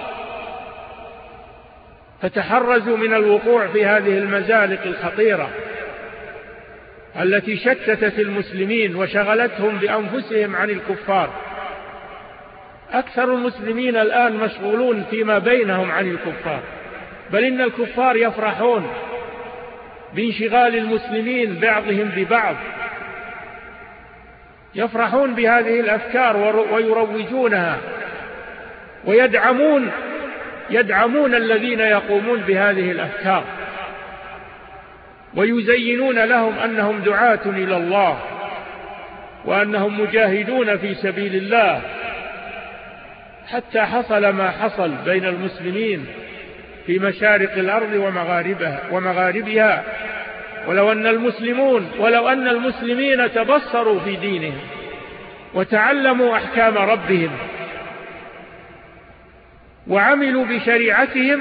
فتحرزوا من الوقوع في هذه المزالق الخطيرة التي شتتت المسلمين وشغلتهم بأنفسهم عن الكفار. أكثر المسلمين الآن مشغولون فيما بينهم عن الكفار، بل إن الكفار يفرحون بانشغال المسلمين بعضهم ببعض، يفرحون بهذه الأفكار ويروجونها ويدعمون يدعمون الذين يقومون بهذه الأفكار ويزينون لهم أنهم دعاة إلى الله وأنهم مجاهدون في سبيل الله، حتى حصل ما حصل بين المسلمين في مشارق الأرض ومغاربها ومغاربها. ولو أن المسلمون ولو أن المسلمين تبصروا في دينهم وتعلموا أحكام ربهم وعملوا بشريعتهم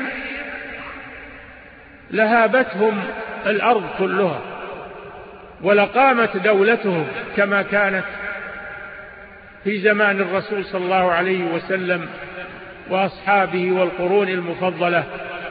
لهابتهم الأرض كلها ولقامت دولتهم كما كانت في زمان الرسول صلى الله عليه وسلم وأصحابه والقرون المفضلة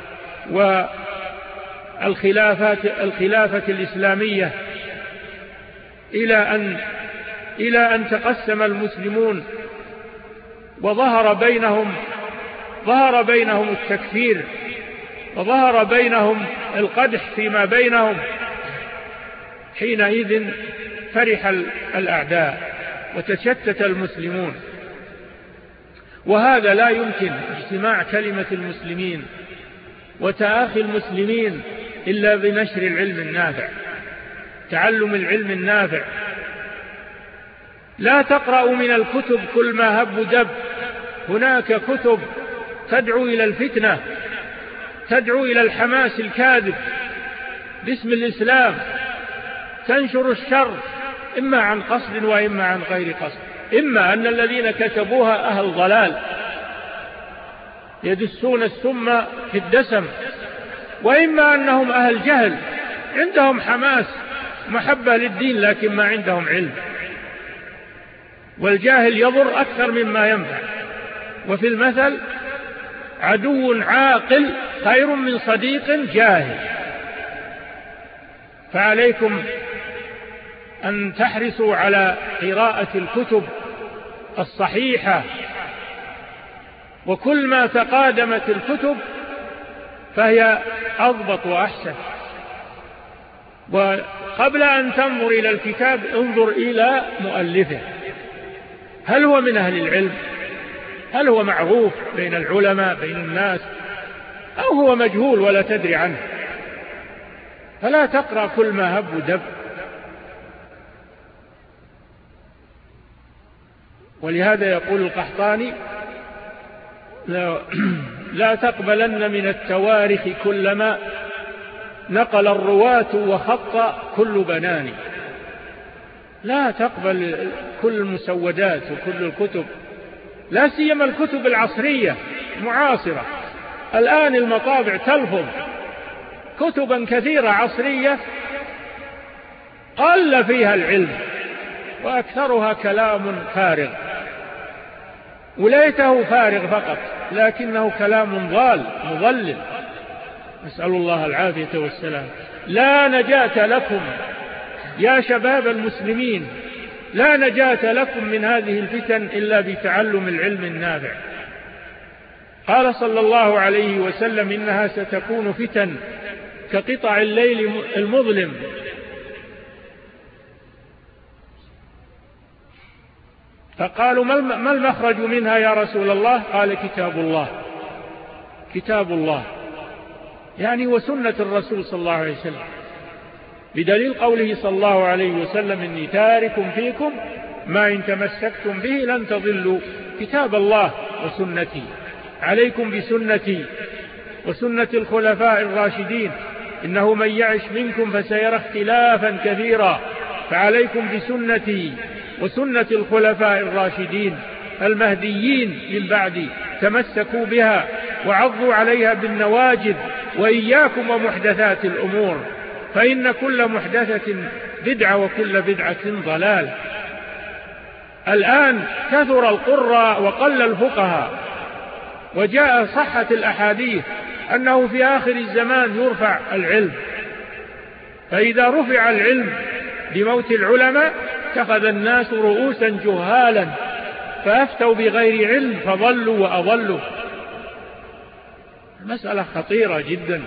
والخلافات الخلافة الإسلامية، إلى أن إلى أن تقسم المسلمون وظهر بينهم ظهر بينهم التكفير وظهر بينهم القدح فيما بينهم. حينئذ فرح الأعداء وتشتت المسلمون، وهذا لا يمكن اجتماع كلمة المسلمين وتآخي المسلمين إلا بنشر العلم النافع، تعلم العلم النافع. لا تقرأوا من الكتب كل ما هب دب، هناك كتب تدعو إلى الفتنة، تدعو إلى الحماس الكاذب باسم الإسلام، تنشر الشر إما عن قصد وإما عن غير قصد. إما أن الذين كتبوها أهل ضلال يدسون السم في الدسم، وإما أنهم أهل جهل عندهم حماس محبة للدين لكن ما عندهم علم، والجاهل يضر أكثر مما ينفع. وفي المثل: عدو عاقل خير من صديق جاهل. فعليكم أن تحرصوا على قراءة الكتب الصحيحة، وكل ما تقادمت الكتب فهي أضبط وأحسن. وقبل أن تنظر إلى الكتاب انظر إلى مؤلفه، هل هو من أهل العلم؟ هل هو معروف بين العلماء بين الناس، أو هو مجهول ولا تدري عنه؟ فلا تقرأ كل ما هب ودب. ولهذا يقول القحطاني: لا, لا تقبلن من التواريخ كلما نقل الرواة وخط كل بنان. لا تقبل كل المسودات وكل الكتب، لا سيما الكتب العصرية المعاصرة. الآن المطابع تلفظ كتبا كثيرة عصرية قل فيها العلم وأكثرها كلام فارغ، وليته فارغ فقط لكنه كلام ضال مضلل، نسأل الله العافية والسلام. لا نجاة لكم يا شباب المسلمين، لا نجاة لكم من هذه الفتن إلا بتعلم العلم النافع. قال صلى الله عليه وسلم إنها ستكون فتن كقطع الليل المظلم، فقالوا ما المخرج منها يا رسول الله؟ قال كتاب الله، كتاب الله يعني وسنة الرسول صلى الله عليه وسلم، بدليل قوله صلى الله عليه وسلم إني تارك فيكم ما إن تمسكتم به لن تضلوا كتاب الله وسنتي، عليكم بسنتي وسنة الخلفاء الراشدين، إنه من يعش منكم فسيرى اختلافا كثيرا، فعليكم بسنتي وسنة الخلفاء الراشدين المهديين من بعدي، تمسكوا بها وعضوا عليها بالنواجذ، وإياكم ومحدثات الأمور، فإن كل محدثة بدعة وكل بدعة ضلال. الآن كثر القراء وقل الفقهاء، وجاء صحة الأحاديث أنه في آخر الزمان يرفع العلم، فإذا رفع العلم بموت العلماء اتخذ الناس رؤوسا جهالا فأفتوا بغير علم فضلوا وأضلوا. المسألة خطيرة جدا،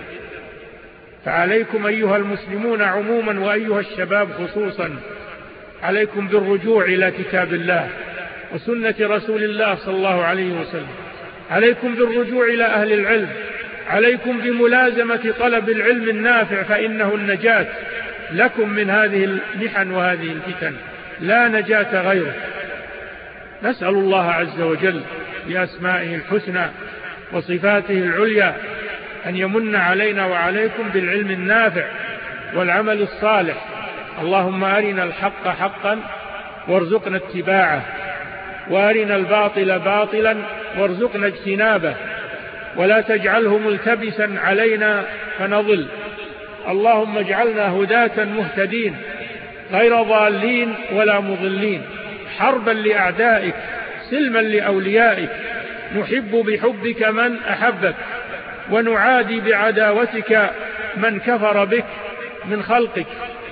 فعليكم أيها المسلمون عموما وأيها الشباب خصوصا، عليكم بالرجوع إلى كتاب الله وسنة رسول الله صلى الله عليه وسلم، عليكم بالرجوع إلى أهل العلم، عليكم بملازمة طلب العلم النافع، فإنه النجاة لكم من هذه المحن وهذه الفتن، لا نجاة غيره. نسأل الله عز وجل بأسمائه الحسنى وصفاته العليا أن يمن علينا وعليكم بالعلم النافع والعمل الصالح. اللهم أرنا الحق حقا وارزقنا اتباعه، وأرنا الباطل باطلا وارزقنا اجتنابه، ولا تجعله ملتبسا علينا فنضل. اللهم اجعلنا هداة مهتدين غير ضالين ولا مضلين، حربا لأعدائك سلما لأوليائك، نحب بحبك من أحبك ونعادي بعداوتك من كفر بك من خلقك.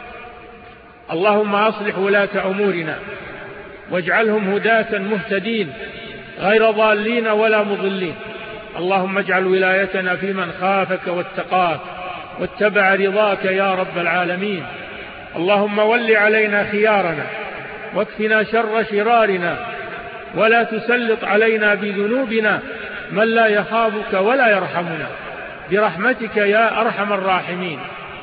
اللهم أصلح ولاة أمورنا واجعلهم هداة مهتدين غير ضالين ولا مضلين. اللهم اجعل ولايتنا في من خافك واتقاك واتبع رضاك يا رب العالمين. اللهم ول علينا خيارنا واكفنا شر شرارنا، ولا تسلط علينا بذنوبنا من لا يخافك ولا يرحمنا، برحمتك يا أرحم الراحمين.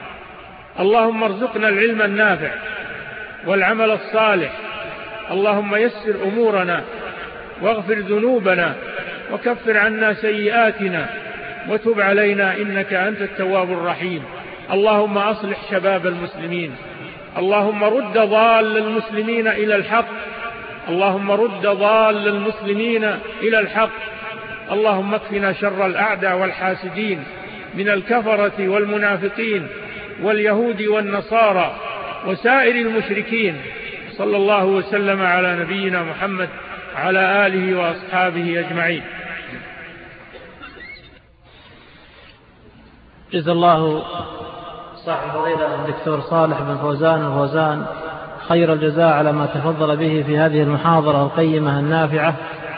اللهم ارزقنا العلم النافع والعمل الصالح. اللهم يسر أمورنا واغفر ذنوبنا وكفر عنا سيئاتنا وتب علينا إنك أنت التواب الرحيم. اللهم أصلح شباب المسلمين، اللهم رد ضال المسلمين إلى الحق، اللهم رد ضال المسلمين إلى الحق. اللهم اكفنا شر الأعداء والحاسدين من الكفرة والمنافقين واليهود والنصارى وسائر المشركين. صلى الله وسلم على نبينا محمد على آله وأصحابه أجمعين. جزا الله صاحب فضيلة الدكتور صالح بن فوزان الفوزان خير الجزاء على ما تفضل به في هذه المحاضرة القيمة النافعة،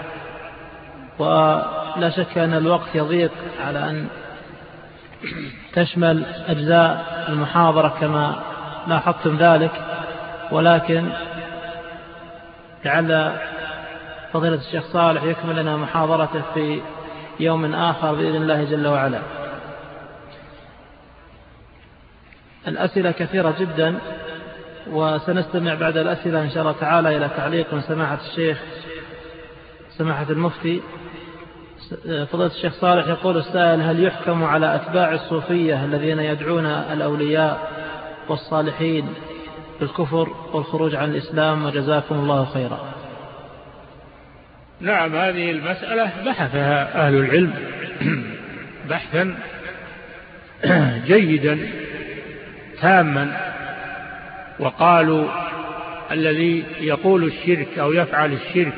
ولا شك أن الوقت يضيق على أن تشمل أجزاء المحاضرة كما لاحظتم ذلك، ولكن لعل فضيلة الشيخ صالح يكمل لنا محاضرته في يوم آخر بإذن الله جل وعلا. الأسئلة كثيرة جدا، وسنستمع بعد الأسئلة إن شاء الله تعالى إلى تعليق من سماحة الشيخ سماحة المفتي. فضيلة الشيخ صالح يقول السائل: هل يحكم على أتباع الصوفية الذين يدعون الأولياء والصالحين بالكفر والخروج عن الإسلام؟ وجزاكم الله خيرا. نعم، هذه المسألة بحثها أهل العلم بحثا جيدا تاما، وقالوا الذي يقول الشرك أو يفعل الشرك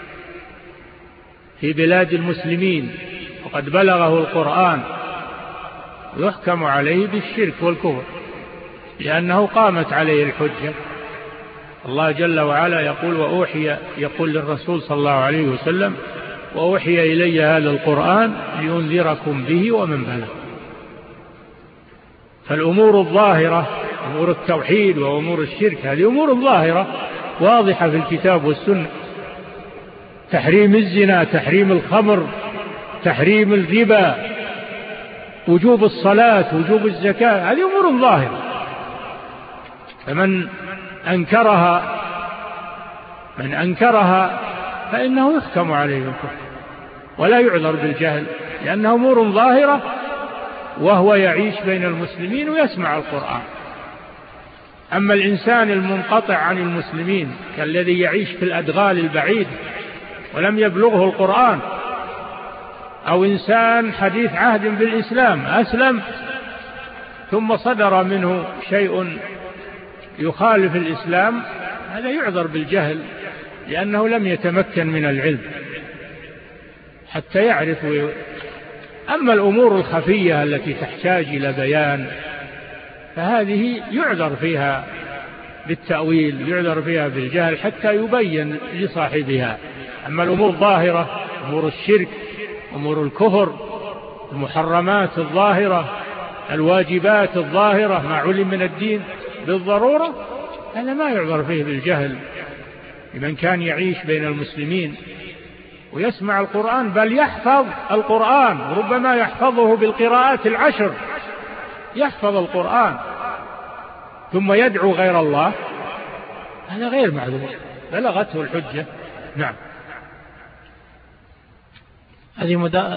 في بلاد المسلمين وقد بلغه القرآن يحكم عليه بالشرك والكفر لأنه قامت عليه الحجة. الله جل وعلا يقول وأوحي يقول للرسول صلى الله عليه وسلم وأوحي إلي هذا القرآن لينذركم به ومن بلغ. فالأمور الظاهرة أمور التوحيد وأمور الشرك هذه أمور ظاهرة واضحة في الكتاب والسنة، تحريم الزنا، تحريم الخمر، تحريم الربا، وجوب الصلاة، وجوب الزكاة، هذه أمور ظاهرة. فمن أنكرها من أنكرها فإنه يحكم عليه بالكفر ولا يعذر بالجهل لأنها أمور ظاهرة وهو يعيش بين المسلمين ويسمع القرآن. أما الإنسان المنقطع عن المسلمين كالذي يعيش في الأدغال البعيد ولم يبلغه القرآن، أو إنسان حديث عهد بالإسلام أسلم ثم صدر منه شيء يخالف الإسلام، هذا يعذر بالجهل لأنه لم يتمكن من العلم حتى يعرف. أما الأمور الخفية التي تحتاج إلى بيان فهذه يعذر فيها بالتأويل، يعذر فيها بالجهل حتى يبين لصاحبها. أما الأمور الظاهرة أمور الشرك، أمور الكفر، المحرمات الظاهرة، الواجبات الظاهرة، ما علم من الدين بالضرورة، هذا ما يعذر فيه بالجهل لمن كان يعيش بين المسلمين ويسمع القرآن بل يحفظ القرآن، ربما يحفظه بالقراءات العشر، يحفظ القرآن ثم يدعو غير الله، هذا غير معذور، بلغته الحجة. نعم. هذه مدا...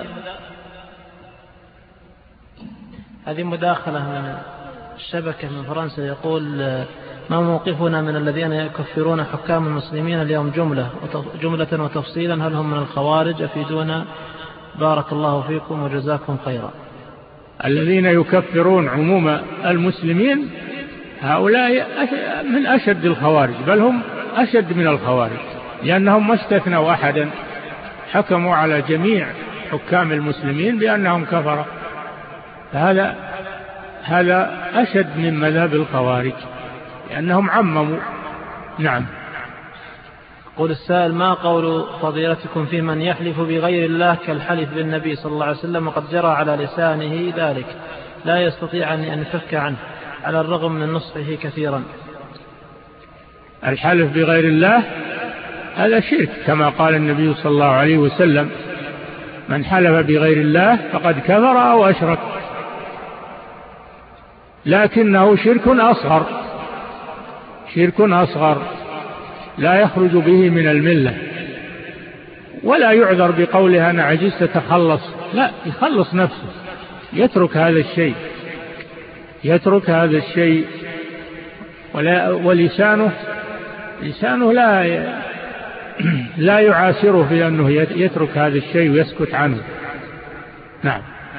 هذه مداخلة من الشبكة من فرنسا، يقول ما موقفنا من الذين يكفرون حكام المسلمين اليوم جملة جملة وتفصيلا، هل هم من الخوارج؟ أفيدونا بارك الله فيكم وجزاكم خيرا. الذين يكفرون عموم المسلمين هؤلاء من أشد الخوارج، بل هم أشد من الخوارج لأنهم ما استثنوا أحدا، حكموا على جميع حكام المسلمين بأنهم كفرة، فهذا هذا أشد من مذهب الخوارج لأنهم عمموا. نعم. قول السائل ما قول فضيلتكم في من يحلف بغير الله كالحلف بالنبي صلى الله عليه وسلم وقد جرى على لسانه ذلك لا يستطيع أن ينفك عنه على الرغم من نصحه كثيرا؟ الحلف بغير الله هذا شرك كما قال النبي صلى الله عليه وسلم من حلف بغير الله فقد كفر أو أشرك، لكنه شرك أصغر، شرك أصغر لا يخرج به من الملة، ولا يعذر بقولها أنا عجزت تخلص، لا، يخلص نفسه، يترك هذا الشيء، يترك هذا الشيء، ولا ولسانه لسانه لا لا يعاسره في أنه يترك هذا الشيء ويسكت عنه. نعم.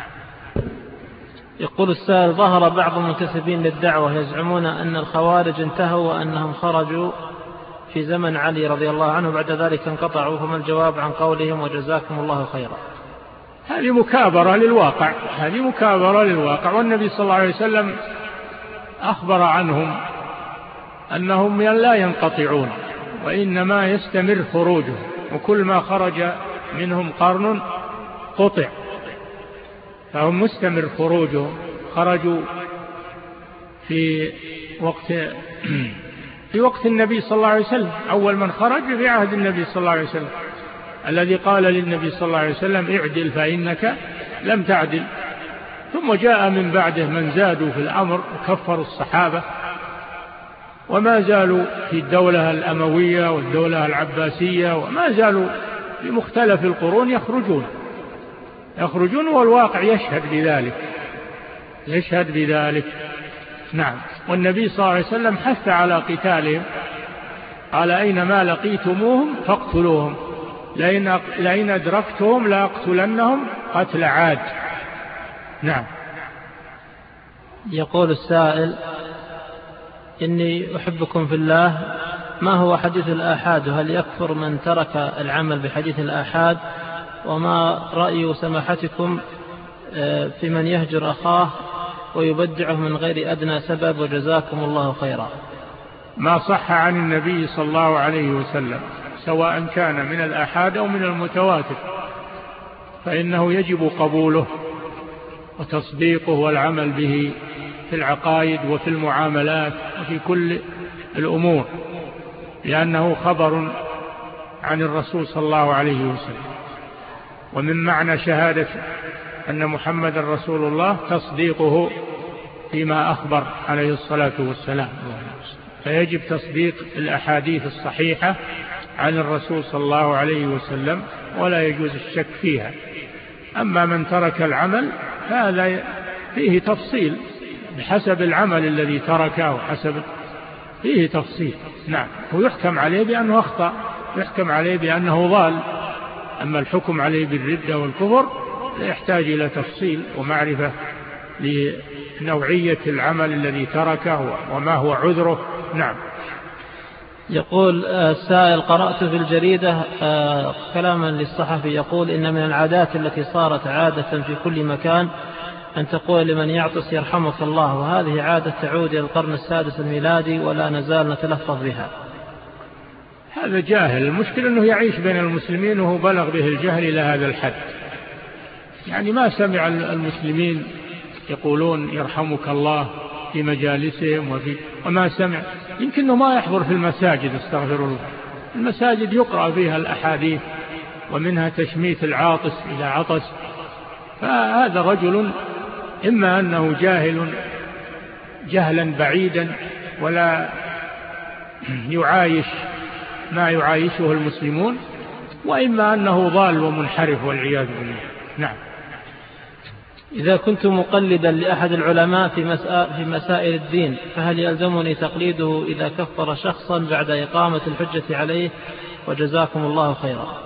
يقول السائل ظهر بعض المنتسبين للدعوة يزعمون أن الخوارج انتهوا وأنهم خرجوا في زمن علي رضي الله عنه بعد ذلك انقطعوا، فما الجواب عن قولهم وجزاكم الله خيرا؟ هذه مكابرة للواقع، هذه مكابرة للواقع، والنبي صلى الله عليه وسلم أخبر عنهم أنهم لا ينقطعون وإنما يستمر خروجهم، وكل ما خرج منهم قرن قطع، فهم مستمر خروجهم. خرجوا في وقت في وقت النبي صلى الله عليه وسلم، أول من خرج في عهد النبي صلى الله عليه وسلم الذي قال للنبي صلى الله عليه وسلم اعدل فإنك لم تعدل، ثم جاء من بعده من زادوا في الأمر وكفروا الصحابة، وما زالوا في الدولة الأموية والدولة العباسية، وما زالوا في مختلف القرون يخرجون يخرجون والواقع يشهد بذلك، يشهد بذلك. نعم. والنبي صلى الله عليه وسلم حث على قتالهم، قال أينما لقيتموهم فاقتلوهم، لئن لئن أدركتهم لأقتلنهم قتل عاد. نعم. يقول السائل إني أحبكم في الله، ما هو حديث الآحاد؟ وهل يكفر من ترك العمل بحديث الآحاد؟ وما رأي سماحتكم في من يهجر أخاه ويبدعه من غير أدنى سبب؟ وجزاكم الله خيرا. ما صح عن النبي صلى الله عليه وسلم سواء كان من الآحاد أو من المتواتر فإنه يجب قبوله وتصديقه والعمل به في العقائد وفي المعاملات وفي كل الأمور، لأنه خبر عن الرسول صلى الله عليه وسلم. ومن معنى شهادة أن محمد رسول الله تصديقه فيما أخبر عليه الصلاة والسلام، فيجب تصديق الأحاديث الصحيحة عن الرسول صلى الله عليه وسلم ولا يجوز الشك فيها. أما من ترك العمل فهذا فيه تفصيل بحسب العمل الذي تركه وحسب فيه تفصيل. نعم، ويحكم عليه بأنه أخطأ، يحكم عليه بأنه ضال. أما الحكم عليه بالردة والكفر لا يحتاج إلى تفصيل ومعرفة لنوعية العمل الذي تركه وما هو عذره. نعم. يقول السائل: قرأت في الجريدة كلاما للصحفي يقول إن من العادات التي صارت عادة في كل مكان أن تقول لمن يعطس يرحمك الله، وهذه عادة تعود إلى القرن السادس الميلادي ولا نزال نتلفظ بها. هذا جاهل. المشكلة أنه يعيش بين المسلمين وهو بلغ به الجهل إلى هذا الحد، يعني ما سمع المسلمين يقولون يرحمك الله في مجالسهم وفي وما سمع. يمكنه ما يحضر في المساجد، استغفر الله. المساجد يقرأ فيها الأحاديث ومنها تشميت العاطس إذا عطس. فهذا رجل إما أنه جاهل جهلا بعيدا ولا يعايش ما يعايشه المسلمون، وإما أنه ضال ومنحرف والعياذ بالله. نعم. إذا كنت مقلدا لأحد العلماء في مسائل الدين فهل يلزمني تقليده إذا كفر شخصا بعد إقامة الحجة عليه؟ وجزاكم الله خيرا.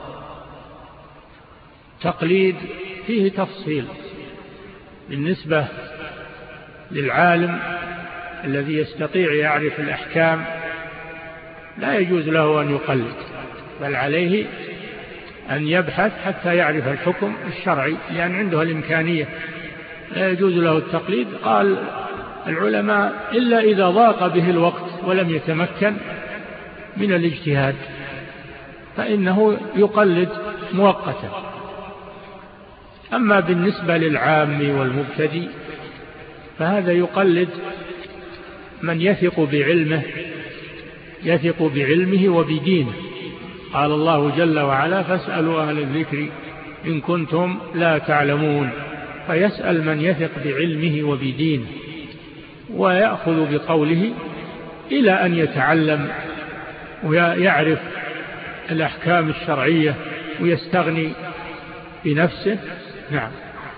تقليد فيه تفصيل. بالنسبة للعالم الذي يستطيع يعرف الأحكام لا يجوز له أن يقلد، بل عليه أن يبحث حتى يعرف الحكم الشرعي، لأن عنده الإمكانية. لا يجوز له التقليد. قال العلماء إلا إذا ضاق به الوقت ولم يتمكن من الاجتهاد فإنه يقلد مؤقتا. أما بالنسبة للعام والمبتدئ فهذا يقلد من يثق بعلمه يثق بعلمه وبدينه. قال الله جل وعلا: فاسألوا أهل الذكر إن كنتم لا تعلمون. فيسأل من يثق بعلمه وبدينه ويأخذ بقوله إلى أن يتعلم ويعرف الأحكام الشرعية ويستغني بنفسه. نعم.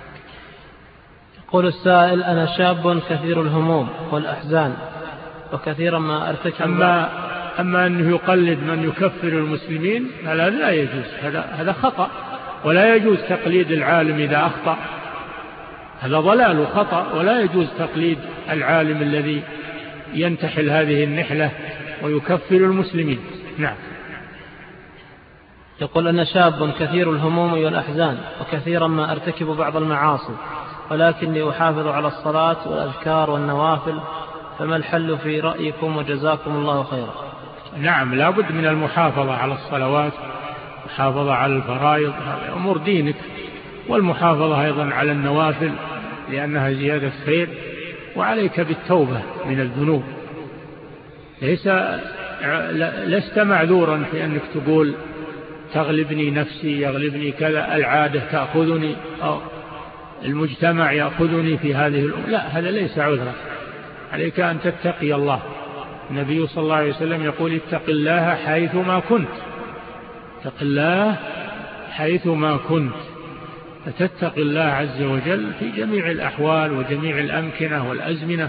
يقول السائل: أنا شاب كثير الهموم والأحزان وكثيرا ما أرتكب. أما, أما أنه يقلد من يكفر المسلمين هذا لا يجوز، هذا, هذا خطأ. ولا يجوز تقليد العالم إذا أخطأ، هذا ضلال وخطأ. ولا يجوز تقليد العالم الذي ينتحل هذه النحلة ويكفر المسلمين. نعم. يقول: أنا شاب كثير الهموم والأحزان وكثيرا ما أرتكب بعض المعاصي ولكني أحافظ على الصلاة والأذكار والنوافل، فما الحل في رأيكم؟ وجزاكم الله خيرا. نعم، لا بد من المحافظة على الصلوات، محافظة على الفرائض، أمور دينك، والمحافظة أيضا على النوافل لأنها زيادة خير. وعليك بالتوبة من الذنوب. ليس لست معذورا في أنك تقول تغلبني نفسي، يغلبني كذا، العادة تأخذني أو المجتمع يأخذني في هذه الأمور. لا، هذا ليس عذرا. عليك أن تتقي الله. النبي صلى الله عليه وسلم يقول: اتق الله حيثما كنت. اتق الله حيثما كنت، فتتق الله عز وجل في جميع الأحوال وجميع الأمكنة والأزمنة.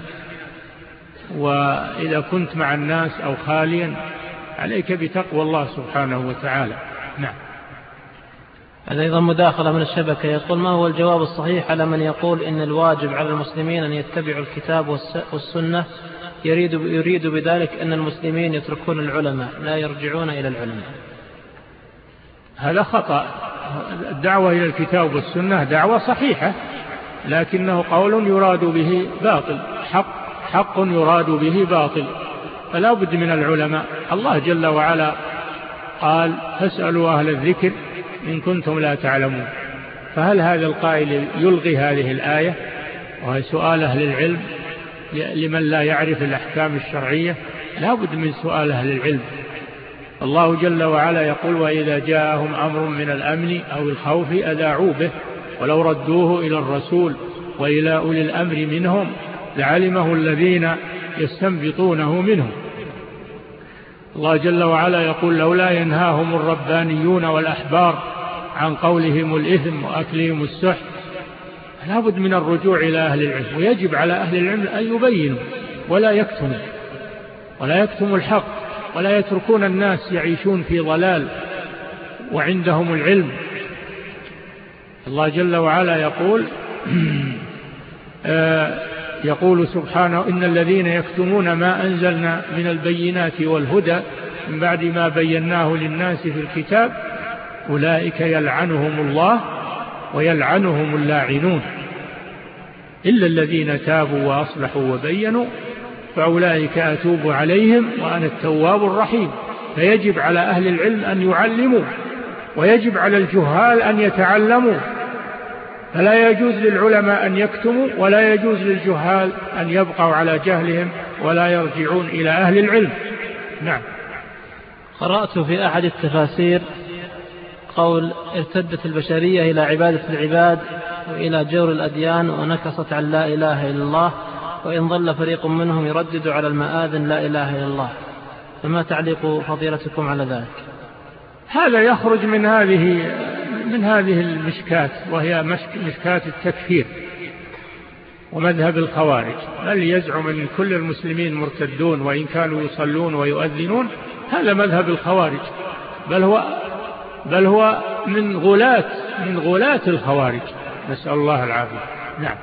وإذا كنت مع الناس أو خاليا عليك بتقوى الله سبحانه وتعالى. نعم. هذا أيضا مداخلة من الشبكة، يقول: ما هو الجواب الصحيح على من يقول إن الواجب على المسلمين أن يتبعوا الكتاب والسنة، يريد, يريد بذلك أن المسلمين يتركون العلماء لا يرجعون إلى العلماء؟ هذا خطأ. الدعوة إلى الكتاب والسنة دعوة صحيحة، لكنه قول يراد به باطل، حق حق يراد به باطل، فلا بد من العلماء. الله جل وعلا قال: فاسألوا أهل الذكر إن كنتم لا تعلمون. فهل هذا القائل يلغي هذه الآية وهي سؤال أهل العلم لمن لا يعرف الأحكام الشرعية؟ لا بد من سؤال أهل العلم. الله جل وعلا يقول: وإذا جاءهم أمر من الأمن أو الخوف أذاعوا به ولو ردوه إلى الرسول وإلى أولي الأمر منهم لعلمه الذين يستنبطونه منهم. الله جل وعلا يقول: لولا ينهاهم الربانيون والأحبار عن قولهم الإثم وأكلهم السحت. لا بد من الرجوع إلى أهل العلم، ويجب على أهل العلم أن يبينوا ولا يكتموا ولا يكتموا الحق، ولا يتركون الناس يعيشون في ضلال وعندهم العلم. الله جل وعلا يقول يقول سبحانه: إن الذين يكتمون ما أنزلنا من البينات والهدى من بعد ما بيناه للناس في الكتاب أولئك يلعنهم الله ويلعنهم اللاعنون إلا الذين تابوا وأصلحوا وبينوا فأولئك أتوب عليهم وأنا التواب الرحيم. فيجب على أهل العلم أن يعلموا، ويجب على الجهال أن يتعلموا. فلا يجوز للعلماء أن يكتموا، ولا يجوز للجهال أن يبقوا على جهلهم ولا يرجعون إلى أهل العلم. نعم. قرأت في أحد التفاسير قول: ارتدت البشرية إلى عبادة العباد وإلى جور الأديان ونكصت عن لا إله إلا الله، وإن ظل فريق منهم يردد على المآذن لا إله إلا الله. فما تعليق فضيلتكم على ذلك؟ هذا يخرج من هذه من هذه المشكات، وهي مشكات التكفير ومذهب الخوارج. بل يزعم أن كل المسلمين مرتدون وإن كانوا يصلون ويؤذنون، هذا مذهب الخوارج، بل هو بل هو من غلاة من غلاة الخوارج، نسأل الله العافية. نعم.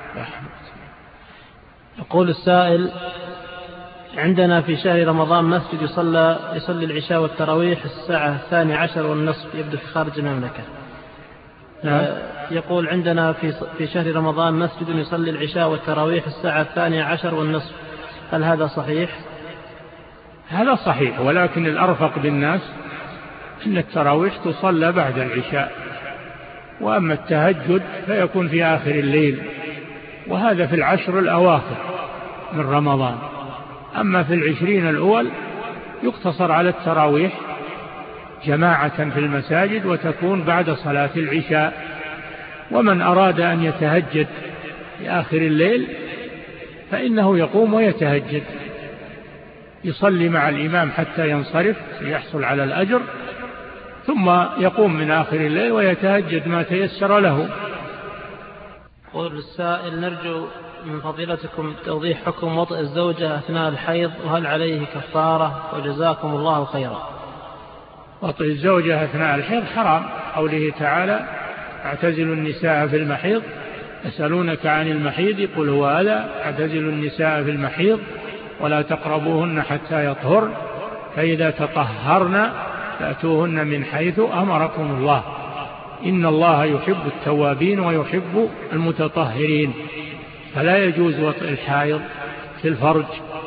يقول السائل: عندنا في شهر رمضان مسجد يصلى يصلي العشاء والتراويح الساعة الثانية عشر والنصف، يبدو في خارج المملكة. نعم. يقول: عندنا في في شهر رمضان مسجد يصلي العشاء والتراويح الساعة الثانية عشر والنصف، هل هذا صحيح؟ هذا صحيح، ولكن الأرفق بالناس أن التراويح تصلى بعد العشاء، وأما التهجد فيكون في آخر الليل، وهذا في العشر الأواخر من رمضان. أما في العشرين الأول يقتصر على التراويح جماعة في المساجد وتكون بعد صلاة العشاء. ومن أراد أن يتهجد في آخر الليل فإنه يقوم ويتهجد، يصلي مع الإمام حتى ينصرف ليحصل على الأجر، ثم يقوم من آخر الليل ويتهجد ما تيسر له. قول السائل: نرجو من فضيلتكم توضيح حكم وطئ الزوجة أثناء الحيض، وهل عليه كفارة؟ وجزاكم الله خيرا. وطئ الزوجة أثناء الحيض حرام، قوله تعالى: اعتزلوا النساء في المحيض يسألونك عن المحيض قل هو أذى اعتزلوا النساء في المحيض ولا تقربوهن حتى يطهرن فإذا تطهرن فأتوهن من حيث أمركم الله إن الله يحب التوابين ويحب المتطهرين. فلا يجوز وطئ الحائض في الفرج،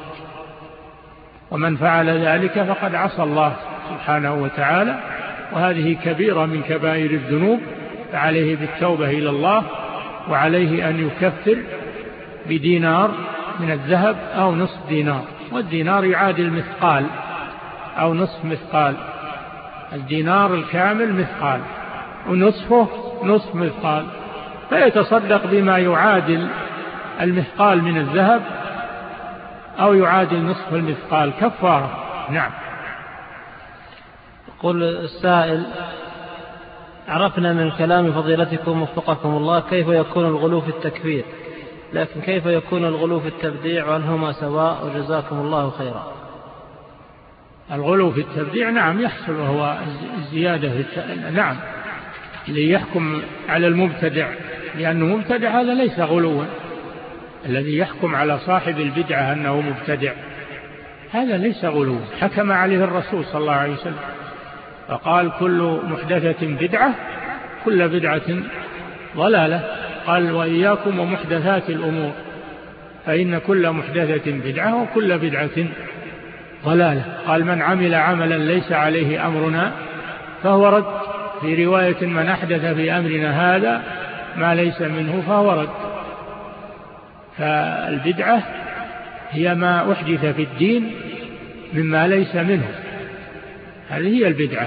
ومن فعل ذلك فقد عصى الله سبحانه وتعالى، وهذه كبيرة من كبائر الذنوب، فعليه بالتوبة إلى الله، وعليه أن يكفر بدينار من الذهب أو نصف دينار، والدينار يعادل مثقال أو نصف مثقال، الدينار الكامل مثقال ونصفه نصف مثقال، فيتصدق بما يعادل المثقال من الذهب أو يعادل نصف المثقال كفارة. نعم. يقول السائل: عرفنا من كلام فضيلتكم وفقكم الله كيف يكون الغلو في التكفير، لكن كيف يكون الغلو في التبديع، وهل هما سواء؟ وجزاكم الله خيرا. الغلو في التبديع نعم يحصل، وهو الزيادة في الت... نعم ليحكم على المبتدع، لأنه مبتدع هذا ليس غلوا. الذي يحكم على صاحب البدعة أنه مبتدع هذا ليس غلوا، حكم عليه الرسول صلى الله عليه وسلم فقال كل محدثة بدعة كل بدعة ضلالة. قال وإياكم ومحدثات الأمور فإن كل محدثة بدعة وكل بدعة ضلالة. قال من عمل عملا ليس عليه أمرنا فهو رد. في رواية من أحدث في أمرنا هذا ما ليس منه فهو رد. فالبدعة هي ما أحدث في الدين مما ليس منه، هذه هي البدعة.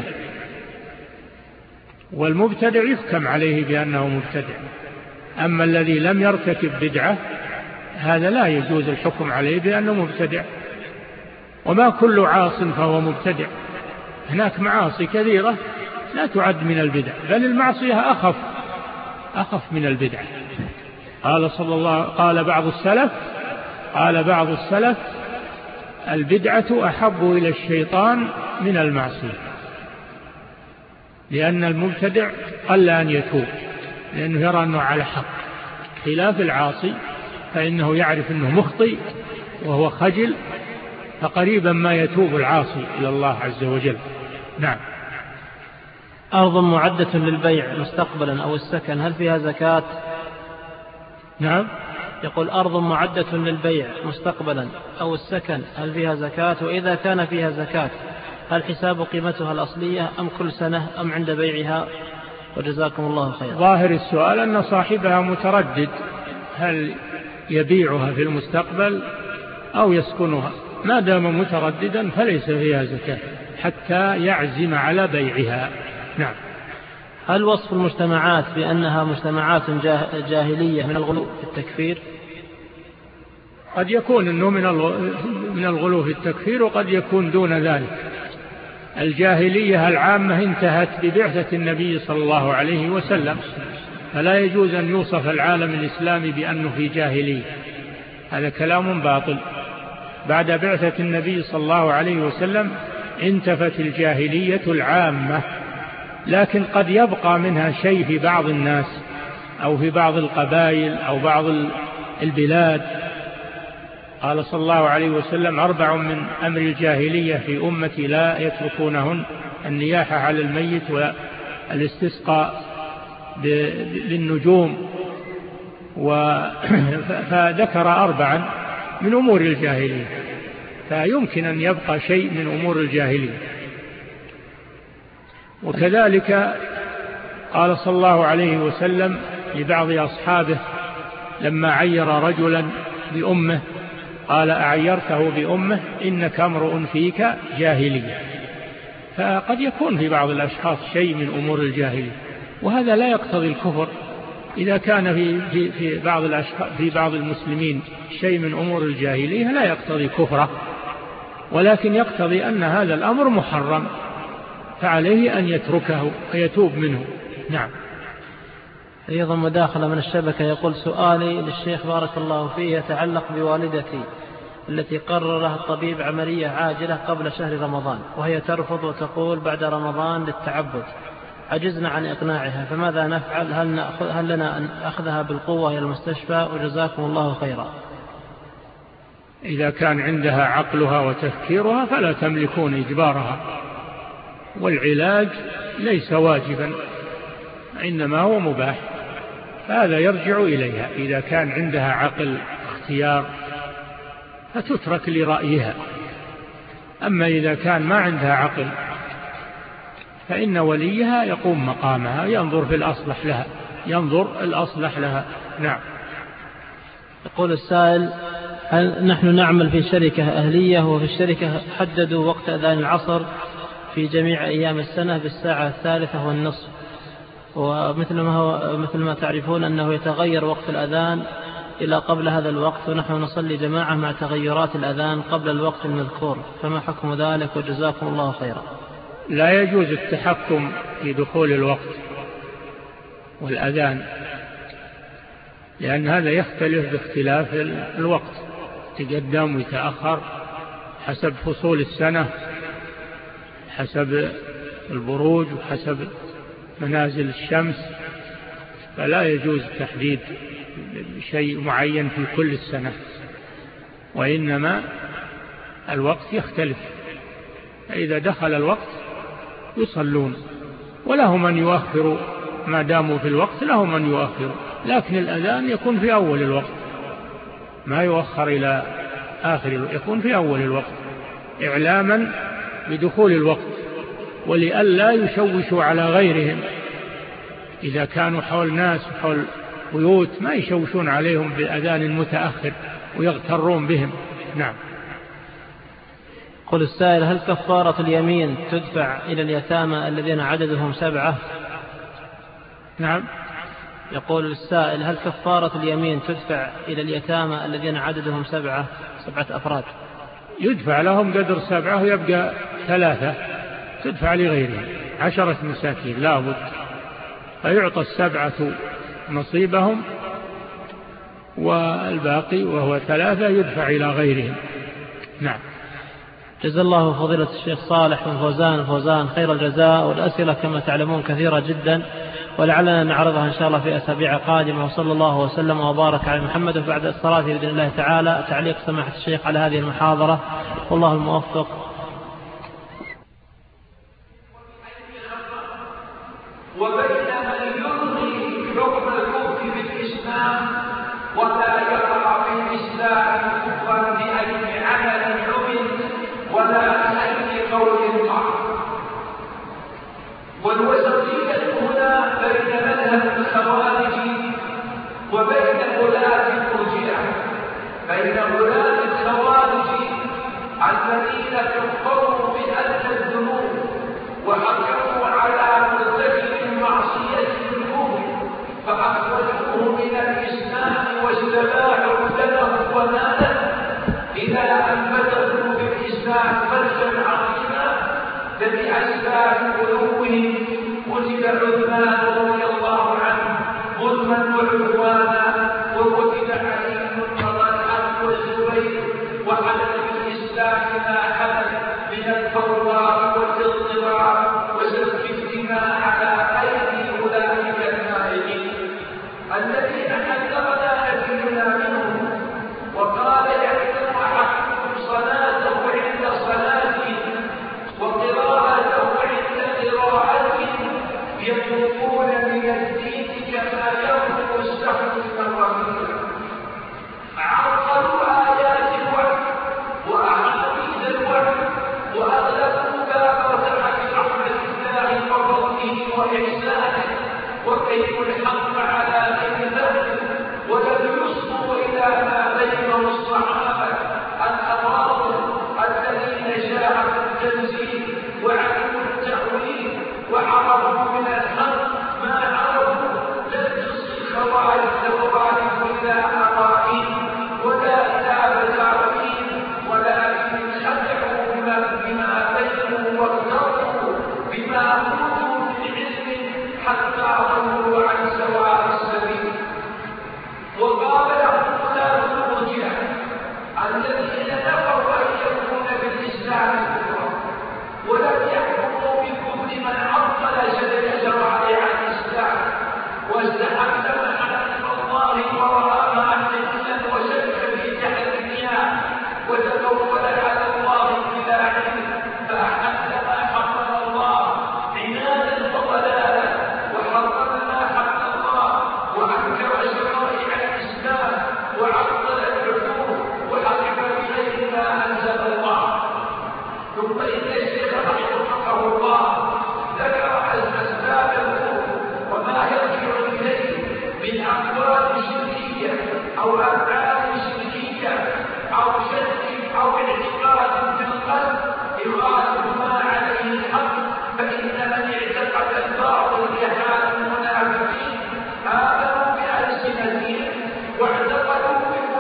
والمبتدع يحكم عليه بأنه مبتدع. أما الذي لم يرتكب بدعة هذا لا يجوز الحكم عليه بأنه مبتدع. وما كل عاص فهو مبتدع، هناك معاصي كثيرة لا تعد من البدع، بل المعصية أخف أخف من البدع. قال صلى الله قال بعض السلف قال بعض السلف البدعة أحب إلى الشيطان من المعصية، لأن المبتدع قل أن يتوب لأنه يرى أنه على حق، خلاف العاصي فإنه يعرف أنه مخطئ وهو خجل، فقريبا ما يتوب العاصي إلى الله عز وجل. نعم. أرض معدة للبيع مستقبلا أو السكن هل فيها زكاة؟ نعم. يقول أرض معدة للبيع مستقبلا أو السكن هل فيها زكاة؟ وإذا كان فيها زكاة هل حساب قيمتها الأصلية أم كل سنة أم عند بيعها؟ وجزاكم الله خيرا. ظاهر السؤال أن صاحبها متردد هل يبيعها في المستقبل أو يسكنها. ما دام مترددا فليس فيها زكاة حتى يعزم على بيعها. نعم. هل وصف المجتمعات بأنها مجتمعات جاهلية من الغلو في التكفير؟ قد يكون أنه من الغلو في التكفير وقد يكون دون ذلك. الجاهلية العامة انتهت ببعثة النبي صلى الله عليه وسلم، فلا يجوز أن يوصف العالم الإسلامي بأنه في جاهلية، هذا كلام باطل. بعد بعثة النبي صلى الله عليه وسلم انتفت الجاهلية العامة، لكن قد يبقى منها شيء في بعض الناس أو في بعض القبائل أو بعض البلاد. قال صلى الله عليه وسلم أربع من أمر الجاهلية في أمتي لا يتركونهن: النياحة على الميت والاستسقاء بالنجوم. فذكر أربعا من أمور الجاهلية، فيمكن أن يبقى شيء من أمور الجاهلية. وكذلك قال صلى الله عليه وسلم لبعض أصحابه لما عير رجلا بأمه قال: أعيرته بأمه إنك امرؤ فيك جاهلية. فقد يكون في بعض الأشخاص شيء من أمور الجاهلية، وهذا لا يقتضي الكفر. إذا كان في, في, في, بعض الأشخاص في بعض المسلمين شيء من أمور الجاهلية لا يقتضي كفره، ولكن يقتضي أن هذا الأمر محرم، فعليه أن يتركه ويتوب منه. نعم. أيضا مداخلة من الشبكة يقول: سؤالي للشيخ بارك الله فيه يتعلق بوالدتي التي قرر لها الطبيب عملية عاجلة قبل شهر رمضان، وهي ترفض وتقول بعد رمضان للتعبد. عجزنا عن إقناعها، فماذا نفعل؟ هل, نأخذ هل لنا أن أخذها بالقوة إلى المستشفى؟ وجزاكم الله خيرا. إذا كان عندها عقلها وتفكيرها فلا تملكون إجبارها، والعلاج ليس واجبا إنما هو مباح، فهذا يرجع إليها. إذا كان عندها عقل اختيار فتترك لرأيها، أما إذا كان ما عندها عقل فإن وليها يقوم مقامها، ينظر في الأصلح لها ينظر الأصلح لها. نعم. يقول السائل: هل نحن نعمل في شركة أهلية، وفي الشركة حددوا وقت أذان العصر في جميع أيام السنة بالساعة الثالثة والنصف، ومثل ما هو مثل ما تعرفون أنه يتغير وقت الأذان إلى قبل هذا الوقت، ونحن نصلي جماعة مع تغيرات الأذان قبل الوقت المذكور، فما حكم ذلك؟ وجزاكم الله خيرا. لا يجوز التحكم في دخول الوقت والأذان، لأن هذا يختلف باختلاف الوقت، تقدم ويتأخر حسب فصول السنة، حسب البروج وحسب منازل الشمس، فلا يجوز تحديد شيء معين في كل السنة، وإنما الوقت يختلف، إذا دخل الوقت يصلون، وله من يؤخر ما داموا في الوقت، له من يؤخر، لكن الأذان يكون في أول الوقت، ما يؤخر إلى آخر الوقت، يكون في أول الوقت إعلاما بدخول الوقت، ولئلا يشوشوا على غيرهم، إذا كانوا حول ناس وحول بيوت ما يشوشون عليهم بأذان متأخر ويغترون بهم. نعم. قل السائل: هل كفارة اليمين تدفع إلى اليتامى الذين عددهم سبعة؟ نعم. يقول السائل: هل كفارة اليمين تدفع إلى اليتامى الذين عددهم سبعة سبعة أفراد؟ يدفع لهم قدر سبعة ويبقى ثلاثة تدفع لغيرهم، عشرة مساكين لا بد، فيعطى السبعة نصيبهم والباقي وهو ثلاثة يدفع إلى غيرهم. نعم. جزا الله فضيلة الشيخ صالح بن فوزان فوزان خير الجزاء، والأسئلة كما تعلمون كثيرة جدا، ولعلنا نعرضها إن شاء الله في أسابيع قادمة. وصلى الله وسلم وبارك على محمد. وبعد الصلاة بإذن الله تعالى تعليق سماحة الشيخ على هذه المحاضرة، والله الموفق. وبين من يلغي حكم الكفر بالإسلام ولا يقع في الإسلام كفرا بأي عمل عمل ولا بأي قول قال. والوسطية هنا بين مذهب الخوارج وبين غلاة المرجئة، بين غلاة الخوارج الذين كفروا بأدنى الذنوب وحكموا على مرتكب معصية الكفر فأخرجوه من الإسلام واستباحوا دمه وماله، إذا أنبتوا بالإسلام فرجا عظيما فبأسباب قلوبهم قتل عثمان رضي الله عنه ظلما وعدوانا، وقتل علي بن طلحة والزبير، وحدث في الإسلام ما حدث من الفوضى والاضطراب وسفك الدماء على أيدي أولئك النائبين الذين حذرنا نبينا منهم وقال: يحكم أحدكم صلاته عند صلاته وقراءته عند قراءته يتركون من الدين كما يترك السهم من الرمية. عطلوا آيات الوحي وأحاديث الوحي وأغلبوا باب رحمة الله وفضله وإحسانه وكيف الحق على كلمته، ولم يصبوا إلى ما بينهم الصحابة الأبرار الذين شاهدوا التنزيل وعلموا التأويل وعرفوا من الحق ما عرفوا. لم تصل خوارج الخوارج إلى أقائيم ولا إلى بزارين، ولكن خدعوا بما بينهم واغتروا بما أوتوا من علم حتى ضلوا عن سواء السبيل. وقال لهم غلاة المرجئة الذين نفوا أن يكون بالإسلام كفرا ولم يحكموا بكفر من عطل شرائع الإسلام واستحق محارم الله وراءها حلا وشك في جهل المياه وتطول على الله بلا علم فأحل ما حرم الله عنادا وضلالا وحرم ما حرم الله وأنكر شرائع الإسلام وعطل الحدود وحكم بغير ما أنزل الله. ثم إن الشيخ رحمه الله ذكر أسباب الكفر وما يرجع إليه من أقوال شركية أو أفعال شركية أو شك أو اعتقاد في القلب يخالف ما عليه الحق، فإن من اعتقد الباطل كحال المنافقين آمنوا بألسنتهم واعتقدوا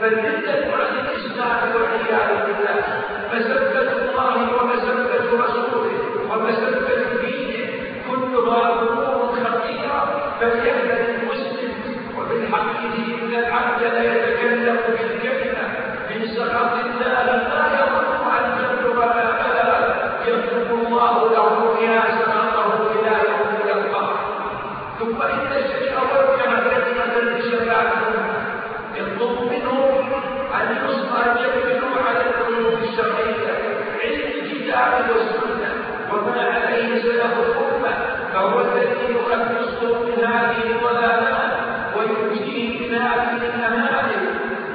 فالردة عن الإسلام والعياذ بالله مسبة الله ومسبة رسوله ومسبة دينه كلها أمور خطيرة فليحذر المسلم. وبالحق إن العبد لا يتكلم بالكلمة من سخط الله لا يظن أن تبلغ ما بلغ يكتب الله له بها سخطه إلى يوم يلقاه. ثم إن الشيخ وجه كلمة لشباب يطلب منهم أن يصنع يقبلوا على العلوم الشرعية علم الكتاب والسنة وما عليه سلف الأمة، فهو الذي يخلصهم من هذه الضلالات وينجيهم من هذه الأماكن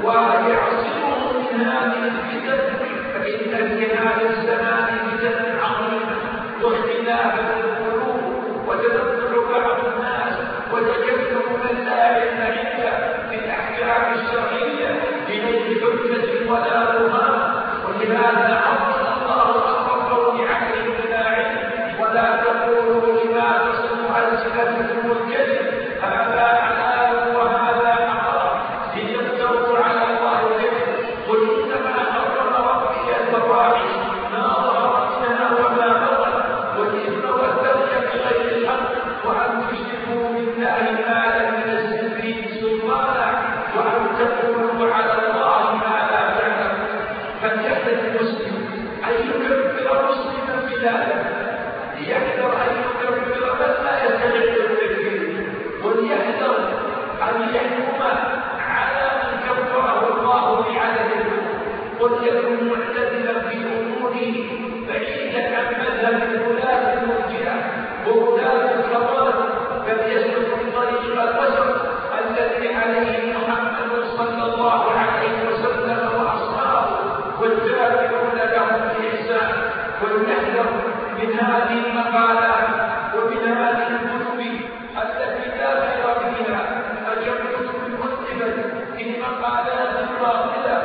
ويعصمهم من هذه الفتن. فإن في هذا الزمان فتن عظيمة واختلاف القلوب وتنزع بعض الناس وتكلم من لا علم عنده في الأحكام الشرعية بغير حجة ولا برهان. ولهذا عظم الله أمر قول عقل بلا علم ولا تقولوا لما تصف ألسنتكم الكذب هذا حلال وهذا حرام لتفتروا على الله الكذب. قل إنما حرم ربي الفواحش ما ظهر منها وما بطن والإثم والبغي بغير الحق وأن تشركوا بالله ما لم ينزل به سلطانا وأن تقولوا على الله ما لا تعلمون. فليحذر المسلم أن يكفر مسلما بلاده، ليحذر أن يكفر من لا يستطيع التكفير، وليحذر أن يحكم على من كفره الله بعدله. وليكن معتدلا في أموره بعيدا عن مذهب الولاة المرجئة وولاة الخوارج، فليسلك طريق البشر الذي عليه محمد صلى الله عليه وسلم وأصحابه والتابعون لهم بإحسان. وليحذر من هذه المقالات ومن هذه الكتب التي لا خير فيها، فكم كتب كتبت في مقالات باطلة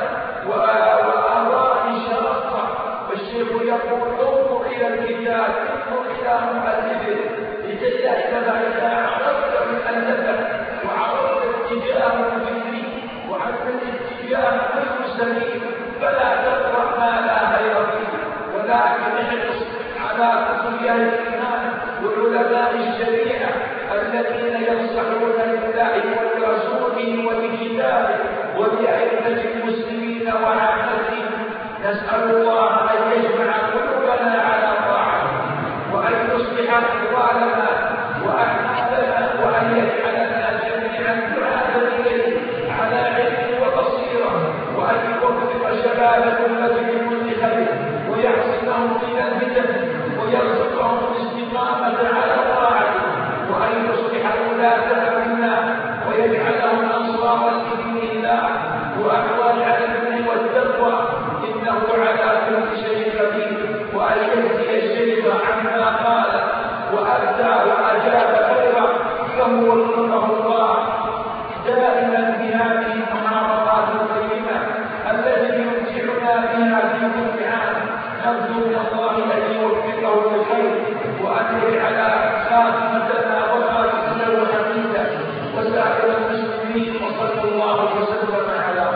وآراء شاقة. والشيخ يقول انظر إلى الكتاب انظر إلى مؤلفه لكي تحذر إذا عرفت مؤلفه وعرفت اتجاهه الفكري وعرفت الاتجاه غير سليم فلا تقرأ ما لا خير فيه، ولكن احرص على كتب أهل الإيمان وعلماء الشريعة الذين ينصحون لله ولرسوله ولكتابه ولأئمة المسلمين وعامتهم. نسأل الله أن يجمع قلوبنا على طاعته وأن يصلح أحوالنا وأحوالنا وأن يجعلنا جميعا دعاة إليه على علم وبصيرة، وأن يوفق شباب الأمة لكل خير ويعصمهم من الفتن ويرزقهم الاستقامة على طاعته، وأن يصلح ولاة أمرنا ويجعلهم أنصارا لدين الله وأحوال على البر والتقوى إنه على كل شيء قدير. وأن يجزي الشيخ عما قال وأبدى وأجاب خيرا له وفقه الله دائما بهذه المحاضرات القيمة التي يمتعنا بها في كل عام. نرجو من الله أن يوفقه للخير وأن يجعل خاتمتنا وخاتمته وحميده وسائر المسلمين وصلى الله وسلم على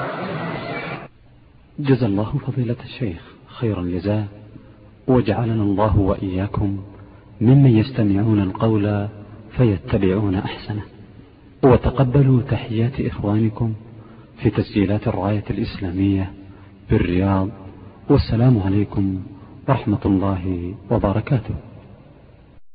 جزا الله فضيلة الشيخ خير الجزاء، وجعلنا الله وإياكم ممن يستمعون القول فيتبعون أحسنه. وتقبلوا تحيات إخوانكم في تسجيلات الراية الإسلامية بالرياض، والسلام عليكم ورحمة الله وبركاته.